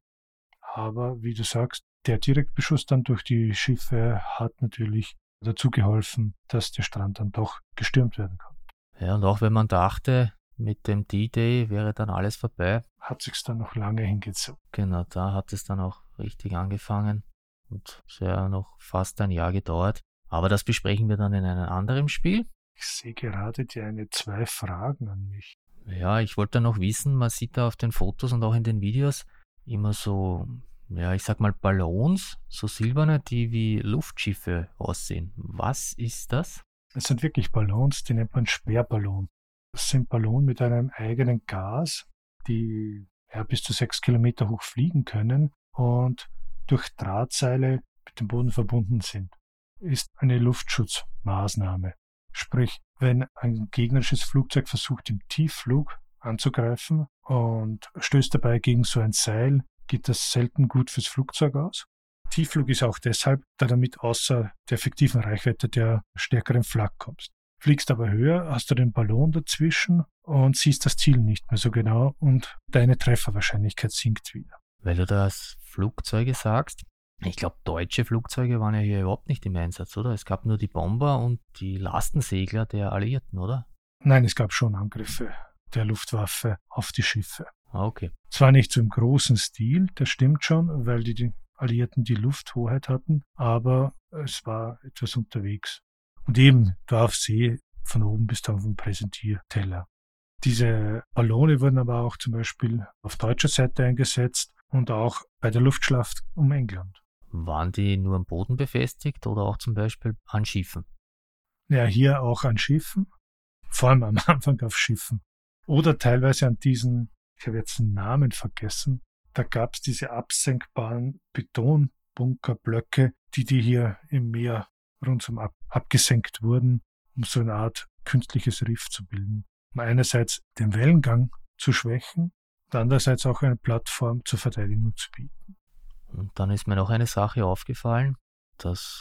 Aber wie du sagst, der Direktbeschuss dann durch die Schiffe hat natürlich dazu geholfen, dass der Strand dann doch gestürmt werden konnte. Ja, und auch wenn man dachte, mit dem D-Day wäre dann alles vorbei. Hat sich's dann noch lange hingezogen. Genau, da hat es dann auch richtig angefangen und es hat ja noch fast ein Jahr gedauert. Aber das besprechen wir dann in einem anderen Spiel. Ich sehe gerade deine 2 Fragen an mich. Ja, ich wollte noch wissen, man sieht da auf den Fotos und auch in den Videos immer so, ja, ich sag mal Ballons, so silberne, die wie Luftschiffe aussehen. Was ist das? Es sind wirklich Ballons, die nennt man Sperrballon. Das sind Ballonen mit einem eigenen Gas, die bis zu 6 Kilometer hoch fliegen können und durch Drahtseile mit dem Boden verbunden sind. Ist eine Luftschutzmaßnahme. Sprich, wenn ein gegnerisches Flugzeug versucht, im Tiefflug anzugreifen und stößt dabei gegen so ein Seil, geht das selten gut fürs Flugzeug aus. Tiefflug ist auch deshalb, da damit außer der effektiven Reichweite der stärkeren Flak kommst. Fliegst aber höher, hast du den Ballon dazwischen und siehst das Ziel nicht mehr so genau und deine Trefferwahrscheinlichkeit sinkt wieder. Weil du das Flugzeuge sagst, ich glaube, deutsche Flugzeuge waren ja hier überhaupt nicht im Einsatz, oder? Es gab nur die Bomber und die Lastensegler der Alliierten, oder? Nein, es gab schon Angriffe der Luftwaffe auf die Schiffe. Okay. Zwar nicht so im großen Stil, das stimmt schon, weil die Alliierten die Lufthoheit hatten, aber es war etwas unterwegs. Und eben da auf See, von oben bis dann vom Präsentierteller. Diese Ballone wurden aber auch zum Beispiel auf deutscher Seite eingesetzt und auch bei der Luftschlacht um England. Waren die nur am Boden befestigt oder auch zum Beispiel an Schiffen? Ja, hier auch an Schiffen, vor allem am Anfang auf Schiffen. Oder teilweise an diesen, ich habe jetzt den Namen vergessen, da gab es diese absenkbaren Betonbunkerblöcke, die hier im Meer rundum abgesenkt wurden, um so eine Art künstliches Riff zu bilden. Um einerseits den Wellengang zu schwächen und andererseits auch eine Plattform zur Verteidigung zu bieten. Und dann ist mir noch eine Sache aufgefallen, dass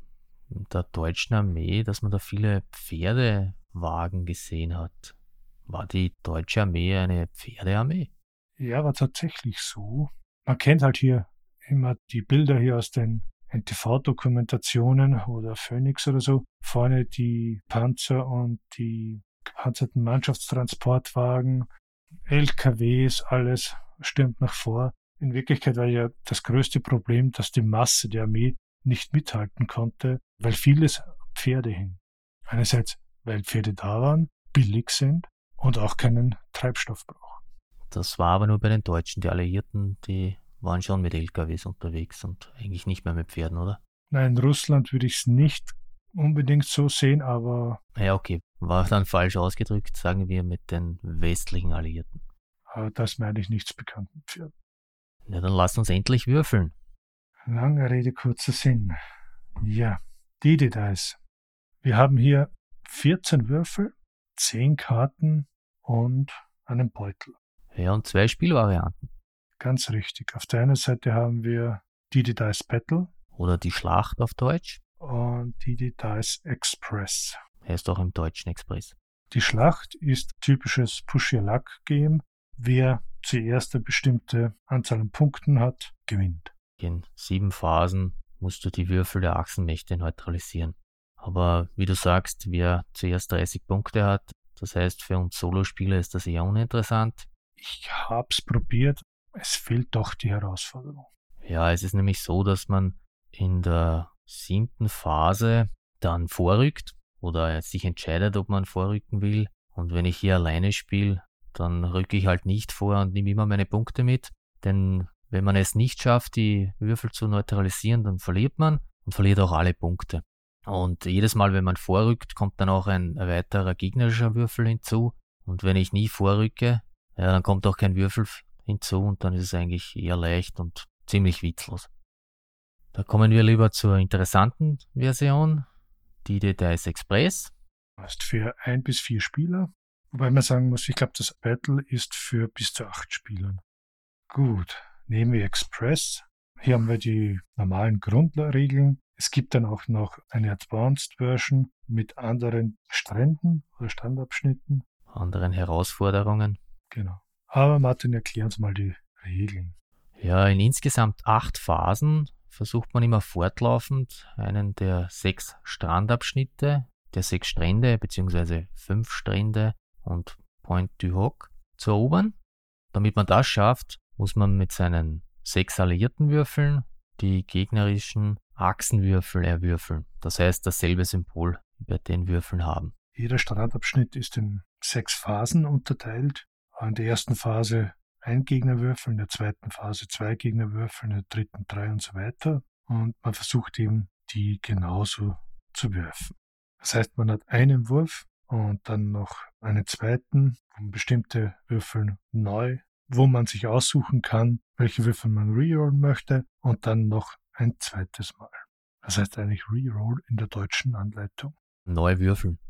der deutschen Armee, dass man da viele Pferdewagen gesehen hat. War die deutsche Armee eine Pferdearmee? Ja, war tatsächlich so. Man kennt halt hier immer die Bilder hier aus den NTV-Dokumentationen oder Phoenix oder so. Vorne die Panzer und die gepanzerten Mannschaftstransportwagen, LKWs, alles stürmt nach vor. In Wirklichkeit war ja das größte Problem, dass die Masse der Armee nicht mithalten konnte, weil vieles Pferde hing. Einerseits, weil Pferde da waren, billig sind und auch keinen Treibstoff brauchen. Das war aber nur bei den Deutschen. Die Alliierten, die waren schon mit LKWs unterwegs und eigentlich nicht mehr mit Pferden, oder? Nein, in Russland würde ich es nicht unbedingt so sehen, aber... Ja, okay. War dann falsch ausgedrückt, sagen wir mit den westlichen Alliierten. Das meine ich nichts bekannt mit Pferden. Ja, dann lasst uns endlich würfeln. Lange Rede, kurzer Sinn. Ja, die Details. Wir haben hier 14 Würfel, 10 Karten und einen Beutel. Ja, und 2 Spielvarianten. Ganz richtig. Auf der einen Seite haben wir die Dice Battle. Oder die Schlacht auf Deutsch. Und die Dice Express. Heißt auch im Deutschen Express. Die Schlacht ist typisches Push-Your-Luck-Game. Wer zuerst eine bestimmte Anzahl an Punkten hat, gewinnt. In 7 Phasen musst du die Würfel der Achsenmächte neutralisieren. Aber wie du sagst, wer zuerst 30 Punkte hat, das heißt für uns Solospieler ist das eher uninteressant. Ich hab's probiert, es fehlt doch die Herausforderung. Ja, es ist nämlich so, dass man in der 7. Phase dann vorrückt oder sich entscheidet, ob man vorrücken will. Und wenn ich hier alleine spiele, dann rücke ich halt nicht vor und nehme immer meine Punkte mit. Denn wenn man es nicht schafft, die Würfel zu neutralisieren, dann verliert man und verliert auch alle Punkte. Und jedes Mal, wenn man vorrückt, kommt dann auch ein weiterer gegnerischer Würfel hinzu. Und wenn ich nie vorrücke, ja, dann kommt auch kein Würfel hinzu und dann ist es eigentlich eher leicht und ziemlich witzlos. Da kommen wir lieber zur interessanten Version, die Dice Express. Das ist für 1 bis 4 Spieler. Wobei man sagen muss, ich glaube, das Battle ist für bis zu 8 Spielern. Gut, nehmen wir Express. Hier haben wir die normalen Grundregeln. Es gibt dann auch noch eine Advanced Version mit anderen Stränden oder Strandabschnitten. Anderen Herausforderungen. Genau. Aber Martin, erklär uns mal die Regeln. Ja, in insgesamt 8 Phasen versucht man immer fortlaufend einen der 6 Strandabschnitte, der 6 Strände bzw. 5 Strände und Point du Hoc zu erobern. Damit man das schafft, muss man mit seinen 6 alliierten Würfeln die gegnerischen Achsenwürfel erwürfeln. Das heißt, dasselbe Symbol wie bei den Würfeln haben. Jeder Strandabschnitt ist in 6 Phasen unterteilt. In der ersten Phase 1 Gegnerwürfel, in der zweiten Phase 2 Gegnerwürfel, in der dritten 3 und so weiter. Und man versucht eben, die genauso zu werfen. Das heißt, man hat einen Wurf und dann noch einen zweiten, um bestimmte Würfel neu, wo man sich aussuchen kann, welche Würfel man rerollen möchte, und dann noch ein zweites Mal. Das heißt eigentlich Reroll in der deutschen Anleitung. Neu würfeln.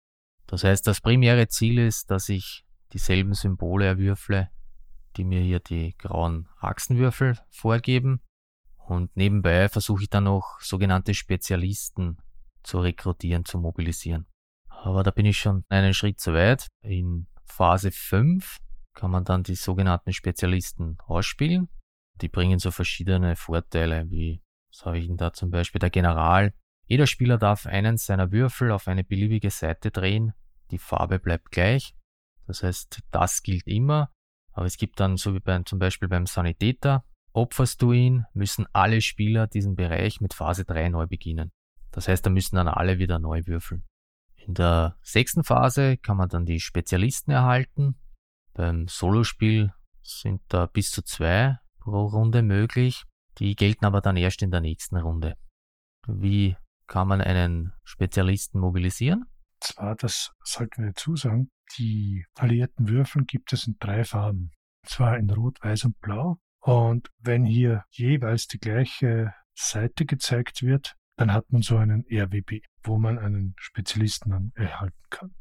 Das heißt, das primäre Ziel ist, dass ich dieselben Symbole erwürfle, die mir hier die grauen Achsenwürfel vorgeben. Und nebenbei versuche ich dann noch sogenannte Spezialisten zu rekrutieren, zu mobilisieren. Aber da bin ich schon einen Schritt zu weit. In Phase 5 kann man dann die sogenannten Spezialisten ausspielen. Die bringen so verschiedene Vorteile, wie, was habe ich denn da zum Beispiel, der General. Jeder Spieler darf einen seiner Würfel auf eine beliebige Seite drehen. Die Farbe bleibt gleich. Das heißt, das gilt immer. Aber es gibt dann, so wie zum Beispiel beim Sanitäter, opferst du ihn, müssen alle Spieler diesen Bereich mit Phase 3 neu beginnen. Das heißt, da müssen dann alle wieder neu würfeln. In der 6. Phase kann man dann die Spezialisten erhalten. Beim Solospiel sind da bis zu 2 pro Runde möglich. Die gelten aber dann erst in der nächsten Runde. Wie kann man einen Spezialisten mobilisieren? Zwar, das sollten wir dazu sagen, die alliierten Würfel gibt es in 3 Farben. Und zwar in Rot, Weiß und Blau. Und wenn hier jeweils die gleiche Seite gezeigt wird, dann hat man so einen RWB, wo man einen Spezialisten dann erhalten kann.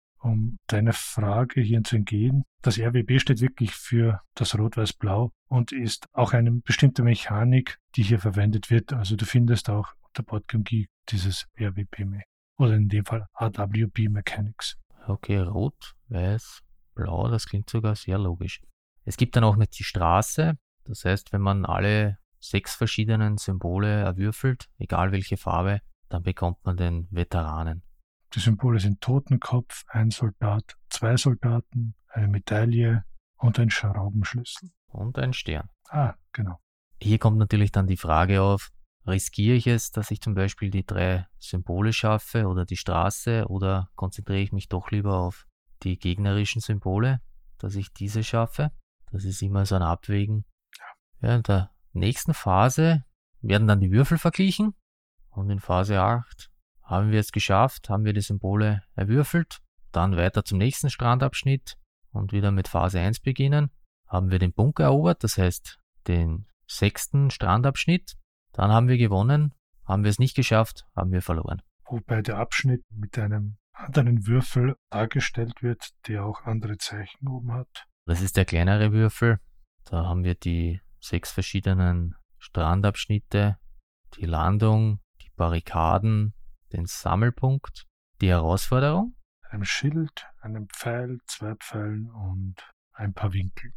Um deiner Frage hier zu entgehen, das RWB steht wirklich für das Rot-Weiß-Blau und ist auch eine bestimmte Mechanik, die hier verwendet wird. Also du findest auch unter Boardgame Geek dieses RWB oder in dem Fall AWB Mechanics. Okay, Rot, Weiß, Blau, das klingt sogar sehr logisch. Es gibt dann auch noch die Straße. Das heißt, wenn man alle 6 verschiedenen Symbole erwürfelt, egal welche Farbe, dann bekommt man den Veteranen. Die Symbole sind Totenkopf, ein Soldat, 2 Soldaten, eine Medaille und ein Schraubenschlüssel. Und ein Stern. Ah, genau. Hier kommt natürlich dann die Frage auf, riskiere ich es, dass ich zum Beispiel die 3 Symbole schaffe oder die Straße, oder konzentriere ich mich doch lieber auf die gegnerischen Symbole, dass ich diese schaffe? Das ist immer so ein Abwägen. Ja, in der nächsten Phase werden dann die Würfel verglichen und in Phase 8 haben wir es geschafft, haben wir die Symbole erwürfelt, dann weiter zum nächsten Strandabschnitt und wieder mit Phase 1 beginnen. Haben wir den Bunker erobert, das heißt den 6. Strandabschnitt, dann haben wir gewonnen. Haben wir es nicht geschafft, haben wir verloren. Wobei der Abschnitt mit einem anderen Würfel dargestellt wird, der auch andere Zeichen oben hat. Das ist der kleinere Würfel. Da haben wir die 6 verschiedenen Strandabschnitte, die Landung, die Barrikaden, den Sammelpunkt, die Herausforderung. Einem Schild, einem Pfeil, 2 Pfeilen und ein paar Winkeln.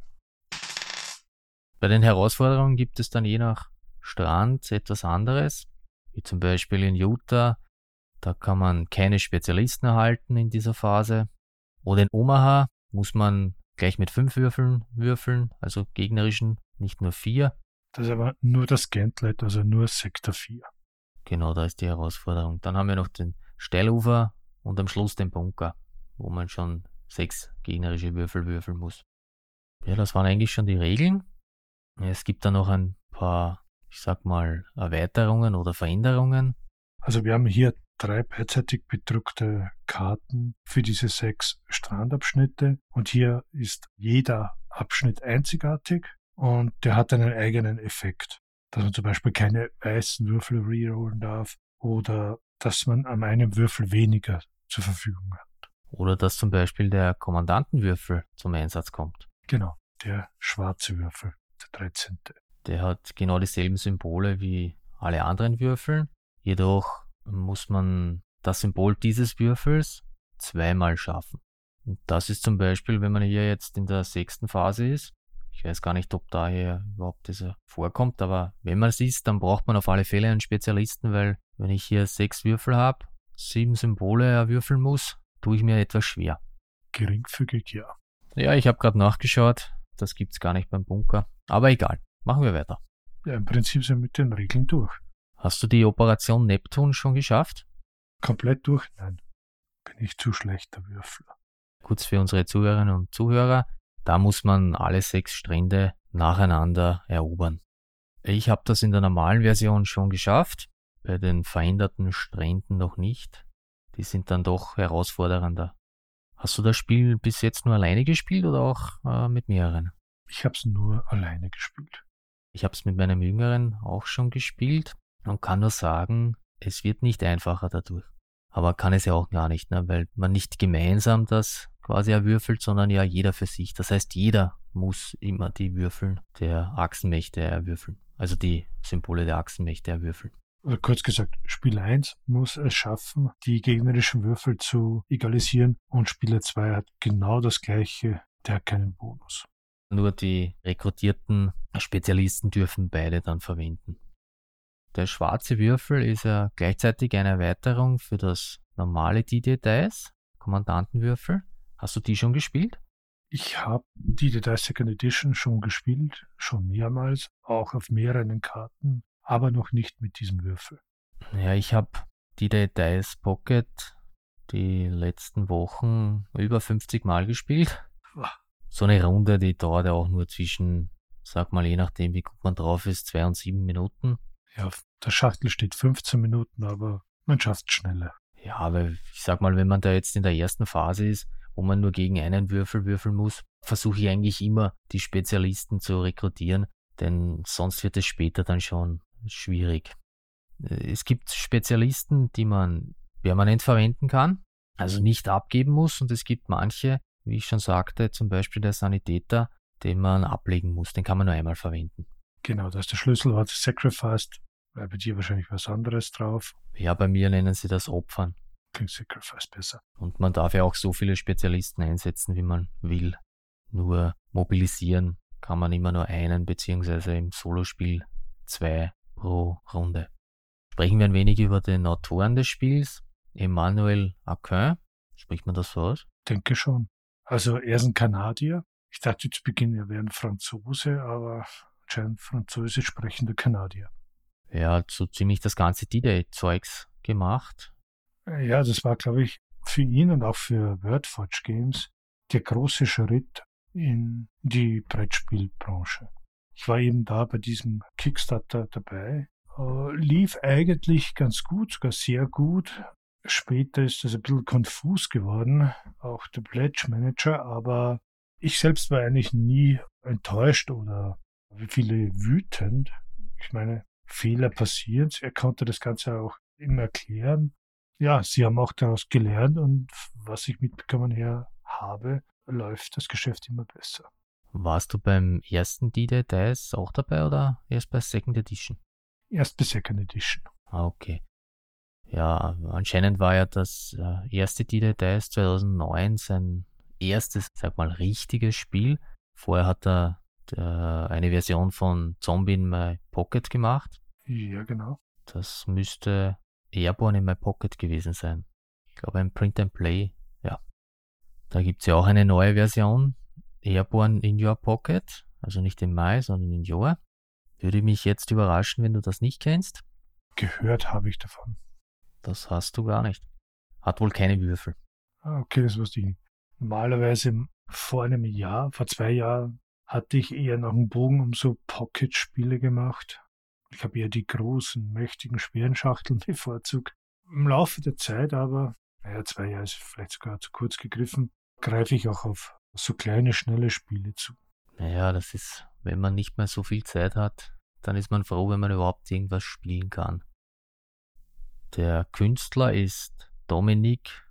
Bei den Herausforderungen gibt es dann je nach Strand etwas anderes, wie zum Beispiel in Utah. Da kann man keine Spezialisten erhalten in dieser Phase. Oder in Omaha muss man gleich mit 5 Würfeln würfeln, also gegnerischen, nicht nur 4. Das ist aber nur das Gauntlet, also nur Sektor 4. Genau, da ist die Herausforderung. Dann haben wir noch den Steilufer und am Schluss den Bunker, wo man schon 6 gegnerische Würfel würfeln muss. Ja, das waren eigentlich schon die Regeln. Es gibt dann noch ein paar, ich sag mal, Erweiterungen oder Veränderungen. Also wir haben hier 3 beidseitig bedruckte Karten für diese 6 Strandabschnitte. Und hier ist jeder Abschnitt einzigartig und der hat einen eigenen Effekt. Dass man zum Beispiel keine weißen Würfel rerollen darf oder dass man an einem Würfel weniger zur Verfügung hat. Oder dass zum Beispiel der Kommandantenwürfel zum Einsatz kommt. Genau, der schwarze Würfel, der 13. Der hat genau dieselben Symbole wie alle anderen Würfel. Jedoch muss man das Symbol dieses Würfels zweimal schaffen. Und das ist zum Beispiel, wenn man hier jetzt in der 6. Phase ist. Ich weiß gar nicht, ob da hier überhaupt dieser vorkommt, aber wenn man es ist, dann braucht man auf alle Fälle einen Spezialisten, weil wenn ich hier 6 Würfel habe, 7 Symbole erwürfeln muss, tue ich mir etwas schwer. Geringfügig, ja. Ja, ich habe gerade nachgeschaut, das gibt's gar nicht beim Bunker. Aber egal, machen wir weiter. Ja, im Prinzip sind wir mit den Regeln durch. Hast du die Operation Neptun schon geschafft? Komplett durch? Nein. Bin ich zu schlechter Würfler. Kurz für unsere Zuhörerinnen und Zuhörer, da muss man alle 6 Strände nacheinander erobern. Ich habe das in der normalen Version schon geschafft, bei den veränderten Stränden noch nicht. Die sind dann doch herausfordernder. Hast du das Spiel bis jetzt nur alleine gespielt oder auch mit mehreren? Ich habe es nur alleine gespielt. Ich habe es mit meinem Jüngeren auch schon gespielt und kann nur sagen, es wird nicht einfacher dadurch. Aber kann es ja auch gar nicht, ne? Weil man nicht gemeinsam das quasi erwürfelt, sondern ja jeder für sich. Das heißt, jeder muss immer die Würfel der Achsenmächte erwürfeln. Also die Symbole der Achsenmächte erwürfeln. Oder kurz gesagt, Spieler 1 muss es schaffen, die gegnerischen Würfel zu egalisieren und Spieler 2 hat genau das gleiche, der hat keinen Bonus. Nur die rekrutierten Spezialisten dürfen beide dann verwenden. Der schwarze Würfel ist ja gleichzeitig eine Erweiterung für das normale D-Details, Kommandantenwürfel. Hast du die schon gespielt? Ich habe die Details Second Edition schon gespielt, schon mehrmals, auch auf mehreren Karten, aber noch nicht mit diesem Würfel. Ja, ich habe die Details Pocket die letzten Wochen über 50 Mal gespielt. So eine Runde, die dauert ja auch nur zwischen, sag mal, je nachdem wie gut man drauf ist, 2 und 7 Minuten. Ja, auf der Schachtel steht 15 Minuten, aber man schafft es schneller. Ja, aber ich sag mal, wenn man da jetzt in der ersten Phase ist, wo man nur gegen einen Würfel würfeln muss, versuche ich eigentlich immer, die Spezialisten zu rekrutieren, denn sonst wird es später dann schon schwierig. Es gibt Spezialisten, die man permanent verwenden kann, also nicht abgeben muss, und es gibt manche, wie ich schon sagte, zum Beispiel der Sanitäter, den man ablegen muss, den kann man nur einmal verwenden. Genau, da ist der Schlüsselwort Sacrificed, weil bei dir wahrscheinlich was anderes drauf. Ja, bei mir nennen sie das Opfern. Klingt Sacrifice besser. Und man darf ja auch so viele Spezialisten einsetzen, wie man will. Nur mobilisieren kann man immer nur einen, beziehungsweise im Solospiel 2 pro Runde. Sprechen wir ein wenig über den Autoren des Spiels, Emmanuel Aquin. Spricht man das so aus? Denke schon. Also er ist ein Kanadier. Ich dachte zu Beginn, er wäre ein Franzose, aber anscheinend französisch sprechender Kanadier. Er hat so ziemlich das ganze D-Day-Zeugs gemacht. Ja, das war, glaube ich, für ihn und auch für Wordforge Games der große Schritt in die Brettspielbranche. Ich war eben da bei diesem Kickstarter dabei. Lief eigentlich ganz gut, sogar sehr gut. Später ist das ein bisschen konfus geworden, auch der Pledge Manager, aber ich selbst war eigentlich nie enttäuscht oder wie viele wütend. Ich meine, Fehler passieren. Er konnte das Ganze auch immer erklären. Ja, sie haben auch daraus gelernt und was ich mitbekommen habe, läuft das Geschäft immer besser. Warst du beim ersten D-Day-Dice auch dabei oder erst bei Second Edition? Erst bei Second Edition. Ah, okay. Ja, anscheinend war ja das erste D-Day-Dice 2009 sein erstes, sag mal, richtiges Spiel. Vorher hat er eine Version von Zombie in My Pocket gemacht. Ja, genau. Das müsste Airborne in My Pocket gewesen sein. Ich glaube ein Print and Play, ja. Da gibt's ja auch eine neue Version, Airborne in Your Pocket, also nicht in My, sondern in Your. Würde mich jetzt überraschen, wenn du das nicht kennst. Gehört habe ich davon. Das hast du gar nicht. Hat wohl keine Würfel. Ah, okay, das wusste ich nicht. Normalerweise vor 2 Jahren, hatte ich eher noch einen Bogen um so Pocket-Spiele gemacht. Ich habe eher die großen, mächtigen, schweren Schachteln bevorzugt. Im Laufe der Zeit aber, 2 Jahre ist vielleicht sogar zu kurz gegriffen, greife ich auch auf so kleine, schnelle Spiele zu. Naja, das ist, wenn man nicht mehr so viel Zeit hat, dann ist man froh, wenn man überhaupt irgendwas spielen kann. Der Künstler ist Dominik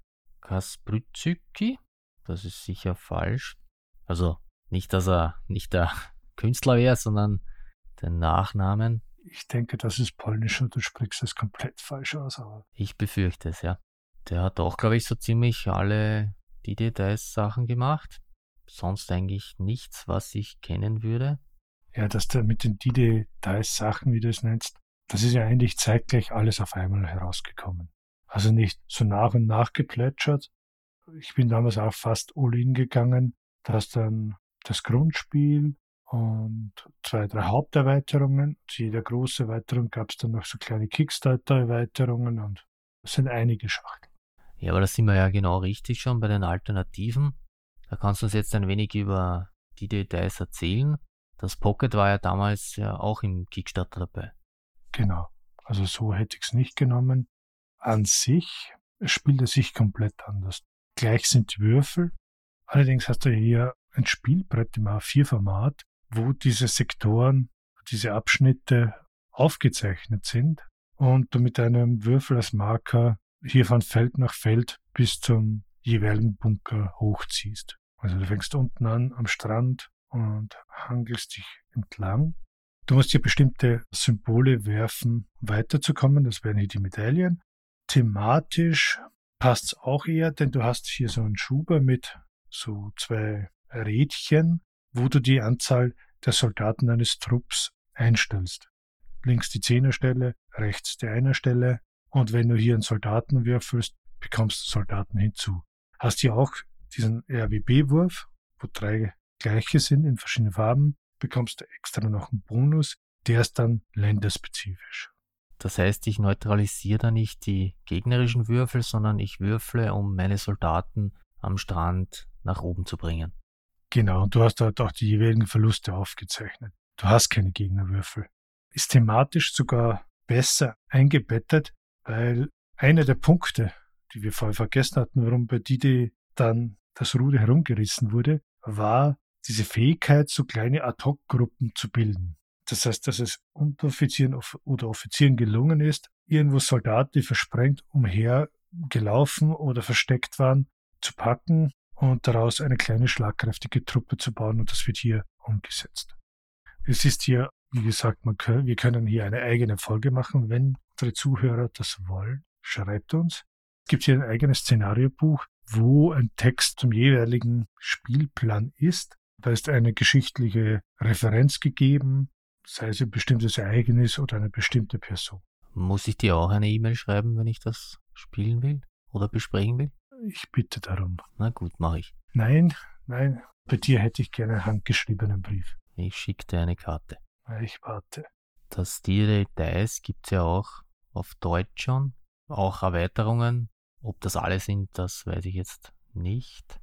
Kasprzycki. Das ist sicher falsch. Also nicht, dass er nicht der Künstler wäre, sondern den Nachnamen. Ich denke, das ist polnisch und du sprichst es komplett falsch aus, aber Ich befürchte es, ja. Der hat auch, glaube ich, so ziemlich alle die Details-Sachen gemacht. Sonst eigentlich nichts, was ich kennen würde. ja, dass da mit den Details-Sachen, wie du es nennst, das ist ja eigentlich zeitgleich alles auf einmal herausgekommen. Also nicht so nach und nach geplätschert. Ich bin damals auch fast all-in gegangen. Da hast dann das Grundspiel und 2, 3 Haupterweiterungen. Zu jeder großen Erweiterung gab es dann noch so kleine Kickstarter-Erweiterungen und es sind einige Schachteln. Ja, aber da sind wir ja genau richtig schon bei den Alternativen. Da kannst du uns jetzt ein wenig über die Details erzählen. Das Pocket war ja damals ja auch im Kickstarter dabei. Genau. Also so hätte ich es nicht genommen. An sich spielt es sich komplett anders. Gleich sind die Würfel. Allerdings hast du hier ein Spielbrett im A4-Format, wo diese Sektoren, diese Abschnitte aufgezeichnet sind und du mit einem Würfel als Marker hier von Feld nach Feld bis zum jeweiligen Bunker hochziehst. Also du fängst unten an am Strand und hangelst dich entlang. Du musst hier bestimmte Symbole werfen, um weiterzukommen. Das wären hier die Medaillen. Thematisch passt es auch eher, denn du hast hier so einen Schuber mit so 2 Rädchen, wo du die Anzahl der Soldaten eines Trupps einstellst. Links die 10er-Stelle, rechts die 1er-Stelle. Und wenn du hier einen Soldaten würfelst, bekommst du Soldaten hinzu. Hast hier auch diesen RWB-Wurf, wo 3 gleiche sind in verschiedenen Farben, bekommst du extra noch einen Bonus, der ist dann länderspezifisch. Das heißt, ich neutralisiere da nicht die gegnerischen Würfel, sondern ich würfle, um meine Soldaten am Strand nach oben zu bringen. Genau, und du hast dort auch die jeweiligen Verluste aufgezeichnet. Du hast keine Gegnerwürfel. Ist thematisch sogar besser eingebettet, weil einer der Punkte, die wir vorher vergessen hatten, warum bei D-Day dann das Ruder herumgerissen wurde, war diese Fähigkeit, so kleine Ad-Hoc-Gruppen zu bilden. Das heißt, dass es Unteroffizieren oder Offizieren gelungen ist, irgendwo Soldaten, die versprengt umhergelaufen oder versteckt waren, zu packen und daraus eine kleine schlagkräftige Truppe zu bauen, und das wird hier umgesetzt. Es ist hier, wie gesagt, wir können hier eine eigene Folge machen, wenn unsere Zuhörer das wollen. Schreibt uns. Es gibt hier ein eigenes Szenariobuch, wo ein Text zum jeweiligen Spielplan ist. Da ist eine geschichtliche Referenz gegeben, sei es ein bestimmtes Ereignis oder eine bestimmte Person. Muss ich dir auch eine E-Mail schreiben, wenn ich das spielen will oder besprechen will? Ich bitte darum. Na gut, mache ich. Nein, bei dir hätte ich gerne einen handgeschriebenen Brief. Ich schicke dir eine Karte. Ich warte. Das Details gibt es ja auch auf Deutsch schon, auch Erweiterungen. Ob das alle sind, das weiß ich jetzt nicht.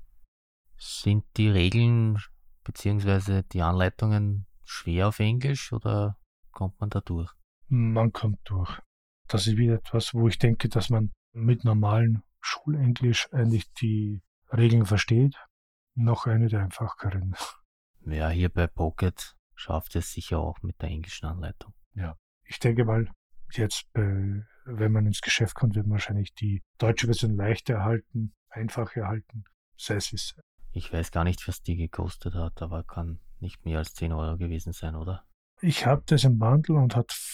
Sind die Regeln bzw. die Anleitungen schwer auf Englisch oder kommt man da durch? Man kommt durch. Das ist wieder etwas, wo ich denke, dass man mit normalem Schulenglisch eigentlich die Regeln versteht. Noch eine der einfacheren. Ja, hier bei Pocket schafft es sicher auch mit der englischen Anleitung. Ja, ich denke mal, jetzt, wenn man ins Geschäft kommt, wird man wahrscheinlich die deutsche Version leicht erhalten, einfach erhalten. Sei es ist. Ich weiß gar nicht, was die gekostet hat, aber kann nicht mehr als 10 Euro gewesen sein, oder? Ich habe das im Bundle und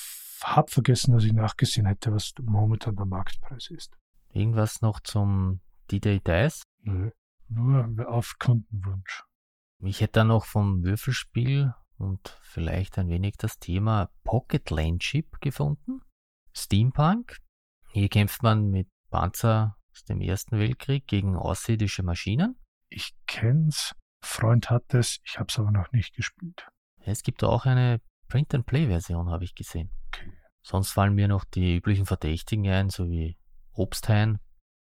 hab vergessen, dass ich nachgesehen hätte, was momentan der Marktpreis ist. Irgendwas noch zum Details? Nö, nur auf Kundenwunsch. Ich hätte da noch vom Würfelspiel und vielleicht ein wenig das Thema Pocket Landship gefunden. Steampunk. Hier kämpft man mit Panzer aus dem Ersten Weltkrieg gegen außerirdische Maschinen. Ich kenn's, Freund hat es, ich hab's aber noch nicht gespielt. Es gibt auch eine Print-and-Play-Version, habe ich gesehen. Okay. Sonst fallen mir noch die üblichen Verdächtigen ein, so wie Obsthain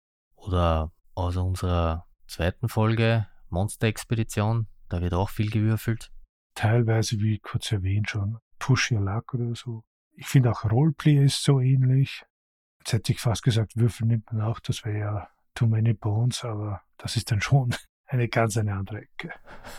oder aus unserer zweiten Folge Monster-Expedition. Da wird auch viel gewürfelt. Teilweise, wie kurz erwähnt schon, Push Your Luck oder so. Ich finde auch Roleplay ist so ähnlich. Jetzt hätte ich fast gesagt, Würfel nimmt man auch, das wäre ja Too Many Bones, aber das ist dann schon eine andere Ecke.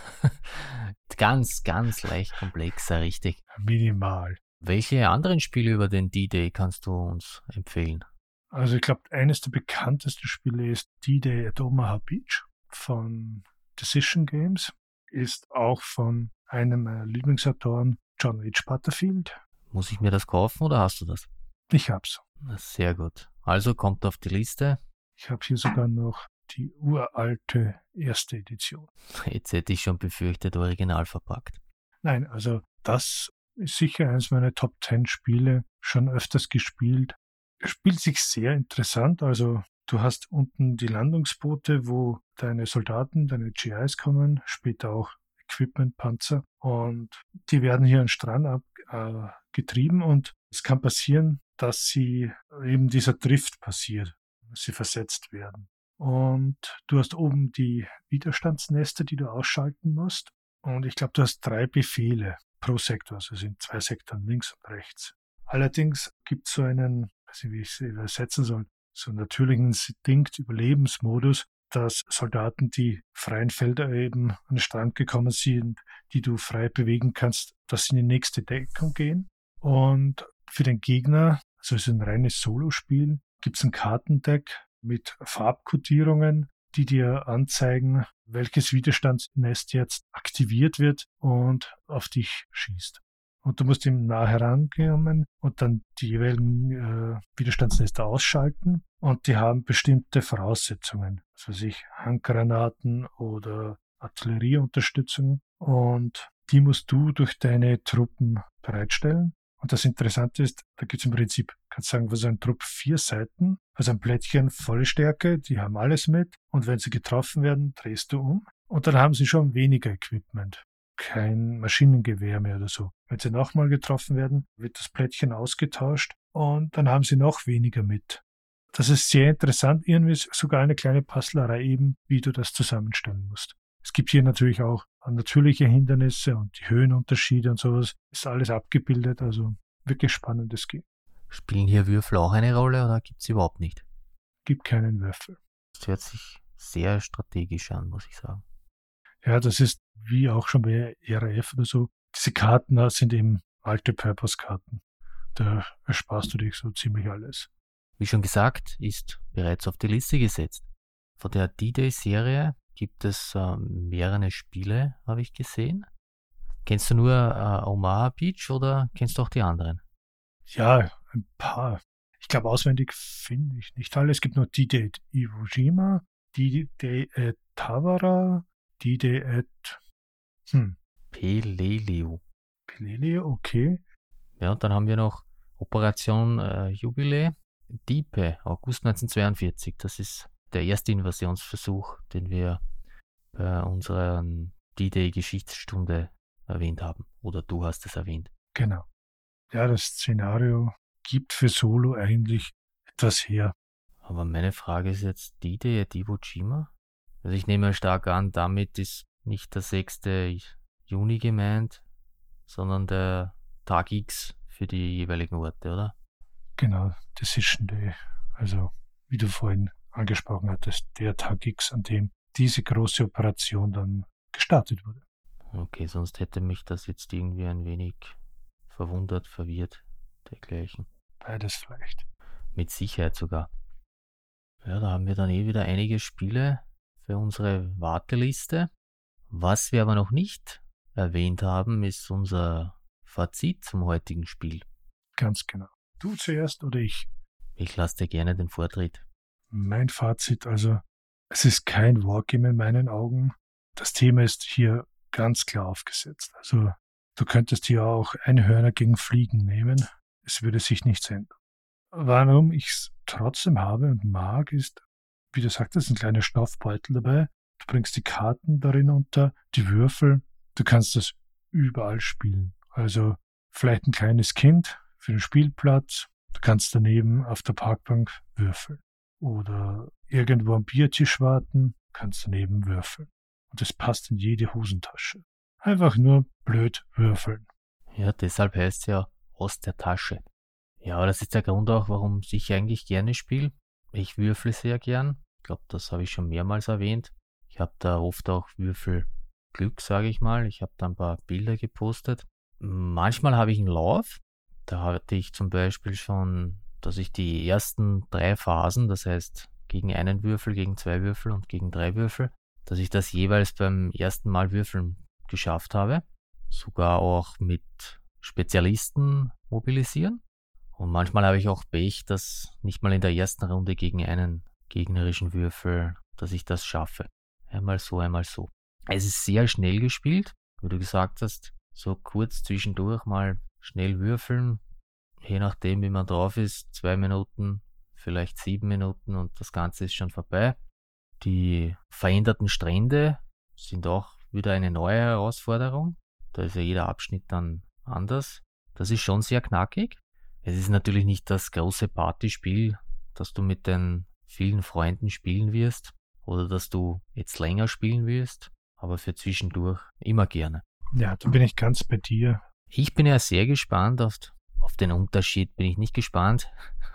Ganz, ganz leicht komplexer, richtig. Minimal. Welche anderen Spiele über den D-Day kannst du uns empfehlen? Also ich glaube, eines der bekanntesten Spiele ist D-Day at Omaha Beach von Decision Games. Ist auch von einem meiner Lieblingsautoren, John H. Butterfield. Muss ich mir das kaufen oder hast du das? Ich hab's. Sehr gut. Also kommt auf die Liste. Ich habe hier sogar noch die uralte erste Edition. Jetzt hätte ich schon befürchtet, original verpackt. Nein, also das ist sicher eines meiner Top 10 Spiele, schon öfters gespielt. Es spielt sich sehr interessant, also du hast unten die Landungsboote, wo deine Soldaten, deine GIs kommen, später auch Equipment, Panzer, und die werden hier an den Strand getrieben, und es kann passieren, dass sie eben dieser Drift passiert, dass sie versetzt werden. Und du hast oben die Widerstandsnester, die du ausschalten musst, und ich glaube, du hast 3 Befehle pro Sektor, also es sind 2 Sektoren links und rechts. Allerdings gibt es so einen, weiß nicht, wie ich es übersetzen soll, so einen natürlichen Instinkt-Überlebensmodus, dass Soldaten, die freien Felder eben an den Strand gekommen sind, die du frei bewegen kannst, dass sie in die nächste Deckung gehen. Und für den Gegner, also es ist ein reines Solospiel, gibt es ein Kartendeck mit Farbkodierungen, die dir anzeigen, welches Widerstandsnest jetzt aktiviert wird und auf dich schießt. Und du musst ihm nah herankommen und dann die jeweiligen Widerstandsnester ausschalten. Und die haben bestimmte Voraussetzungen. Also Handgranaten oder Artillerieunterstützung. Und die musst du durch deine Truppen bereitstellen. Und das Interessante ist, da gibt es im Prinzip, kannst sagen, was ein Trupp 4 Seiten, also ein Plättchen volle Stärke, die haben alles mit. Und wenn sie getroffen werden, drehst du um. Und dann haben sie schon weniger Equipment. Kein Maschinengewehr mehr oder so. Wenn sie nochmal getroffen werden, wird das Plättchen ausgetauscht und dann haben sie noch weniger mit. Das ist sehr interessant. Irgendwie ist sogar eine kleine Puzzlerei eben, wie du das zusammenstellen musst. Es gibt hier natürlich auch natürliche Hindernisse und die Höhenunterschiede und sowas. Ist alles abgebildet, also wirklich spannendes Game. Spielen hier Würfel auch eine Rolle oder gibt es überhaupt nicht? Gibt keinen Würfel. Das hört sich sehr strategisch an, muss ich sagen. Ja, das ist wie auch schon bei RAF oder so. Diese Karten sind eben alte Purpose-Karten. Da ersparst du dich so ziemlich alles. Wie schon gesagt, ist bereits auf die Liste gesetzt. Von der D-Day-Serie gibt es mehrere Spiele, habe ich gesehen. Kennst du nur Omaha Beach oder kennst du auch die anderen? Ja, ein paar. Ich glaube, auswendig finde ich nicht alle. Es gibt nur D-Day at Iwo Jima, D-Day at Tawara, D-Day at Peleliu. Peleliu, okay. Ja, und dann haben wir noch Operation Jubiläe, Diepe, August 1942. Das ist der erste Invasionsversuch, den wir bei unserer D-Day-Geschichtsstunde erwähnt haben. Oder du hast es erwähnt. Genau. Ja, das Szenario gibt für Solo eigentlich etwas her. Aber meine Frage ist jetzt, D-Day at Iwo Jima? Also ich nehme stark an, damit ist nicht der 6. Juni gemeint, sondern der Tag X für die jeweiligen Orte, oder? Genau, Decision Day. Also, wie du vorhin angesprochen hattest, der Tag X, an dem diese große Operation dann gestartet wurde. Okay, sonst hätte mich das jetzt irgendwie ein wenig verwundert, verwirrt, dergleichen. Beides vielleicht. Mit Sicherheit sogar. Ja, da haben wir dann wieder einige Spiele für unsere Warteliste. Was wir aber noch nicht erwähnt haben, ist unser Fazit zum heutigen Spiel. Ganz genau. Du zuerst oder ich? Ich lasse dir gerne den Vortritt. Mein Fazit, also es ist kein Wargame in meinen Augen. Das Thema ist hier ganz klar aufgesetzt. Also du könntest hier auch Einhörner gegen Fliegen nehmen. Es würde sich nichts ändern. Warum ich es trotzdem habe und mag, ist, wie du sagtest, ein kleiner Stoffbeutel dabei. Du bringst die Karten darin unter, die Würfel. Du kannst das überall spielen. Also vielleicht ein kleines Kind für den Spielplatz. Du kannst daneben auf der Parkbank würfeln. Oder irgendwo am Biertisch warten, kannst daneben würfeln. Und es passt in jede Hosentasche. Einfach nur blöd würfeln. Ja, deshalb heißt es ja aus der Tasche. Ja, das ist der Grund auch, warum ich eigentlich gerne spiele. Ich würfle sehr gern. Ich glaube, das habe ich schon mehrmals erwähnt. Ich habe da oft auch Würfelglück, sage ich mal. Ich habe da ein paar Bilder gepostet. Manchmal habe ich einen Lauf. Da hatte ich zum Beispiel schon, dass ich die ersten 3 Phasen, das heißt gegen einen Würfel, gegen 2 Würfel und gegen 3 Würfel, dass ich das jeweils beim ersten Mal würfeln geschafft habe. Sogar auch mit Spezialisten mobilisieren. Und manchmal habe ich auch Pech, dass nicht mal in der ersten Runde gegen einen gegnerischen Würfel, dass ich das schaffe. Einmal so, einmal so. Es ist sehr schnell gespielt, wie du gesagt hast, so kurz zwischendurch mal schnell würfeln, je nachdem wie man drauf ist, 2 Minuten, vielleicht 7 Minuten und das Ganze ist schon vorbei. Die veränderten Strände sind auch wieder eine neue Herausforderung. Da ist ja jeder Abschnitt dann anders. Das ist schon sehr knackig. Es ist natürlich nicht das große Partyspiel, das du mit den vielen Freunden spielen wirst oder dass du jetzt länger spielen wirst, aber für zwischendurch immer gerne. Ja, da bin ich ganz bei dir. Ich bin ja sehr gespannt auf den Unterschied, bin ich nicht gespannt,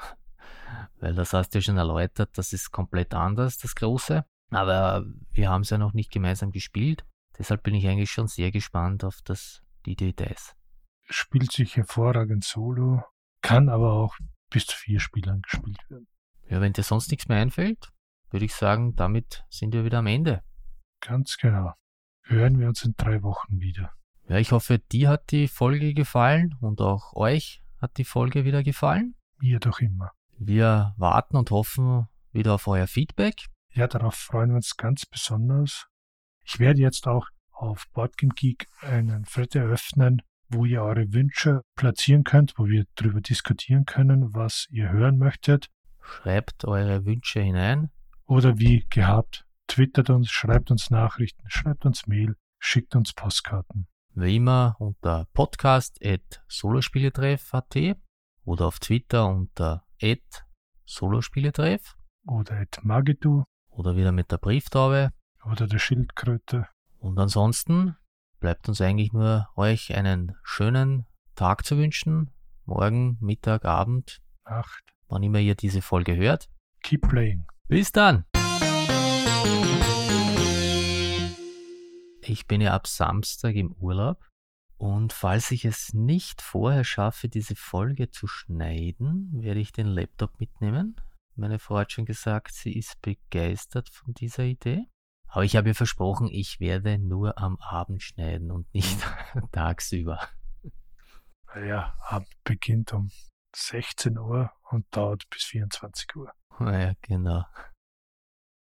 weil das hast du ja schon erläutert, das ist komplett anders, das Große. Aber wir haben es ja noch nicht gemeinsam gespielt, deshalb bin ich eigentlich schon sehr gespannt auf die Details. Spielt sich hervorragend solo, kann aber auch bis zu 4 Spielern gespielt werden. Ja, wenn dir sonst nichts mehr einfällt, würde ich sagen, damit sind wir wieder am Ende. Ganz genau. Hören wir uns in 3 Wochen wieder. Ja, ich hoffe, dir hat die Folge gefallen und auch euch hat die Folge wieder gefallen. Mir doch immer. Wir warten und hoffen wieder auf euer Feedback. Ja, darauf freuen wir uns ganz besonders. Ich werde jetzt auch auf BoardGameGeek einen Thread eröffnen, wo ihr eure Wünsche platzieren könnt, wo wir darüber diskutieren können, was ihr hören möchtet. Schreibt eure Wünsche hinein. Oder wie gehabt, twittert uns, schreibt uns Nachrichten, schreibt uns Mail, schickt uns Postkarten. Wie immer unter podcast@solospieletreff.at oder auf Twitter unter @solospieletreff Oder @magidu. Oder wieder mit der Brieftaube. Oder der Schildkröte. Und ansonsten bleibt uns eigentlich nur euch einen schönen Tag zu wünschen. Morgen, Mittag, Abend, Nacht. wann immer ihr diese Folge hört. Keep playing. Bis dann! Ich bin ja ab Samstag im Urlaub und falls ich es nicht vorher schaffe, diese Folge zu schneiden, werde ich den Laptop mitnehmen. Meine Frau hat schon gesagt, sie ist begeistert von dieser Idee. Aber ich habe ihr versprochen, ich werde nur am Abend schneiden und nicht tagsüber. Ja, Abend beginnt um 16 Uhr und dauert bis 24 Uhr. Ja, genau.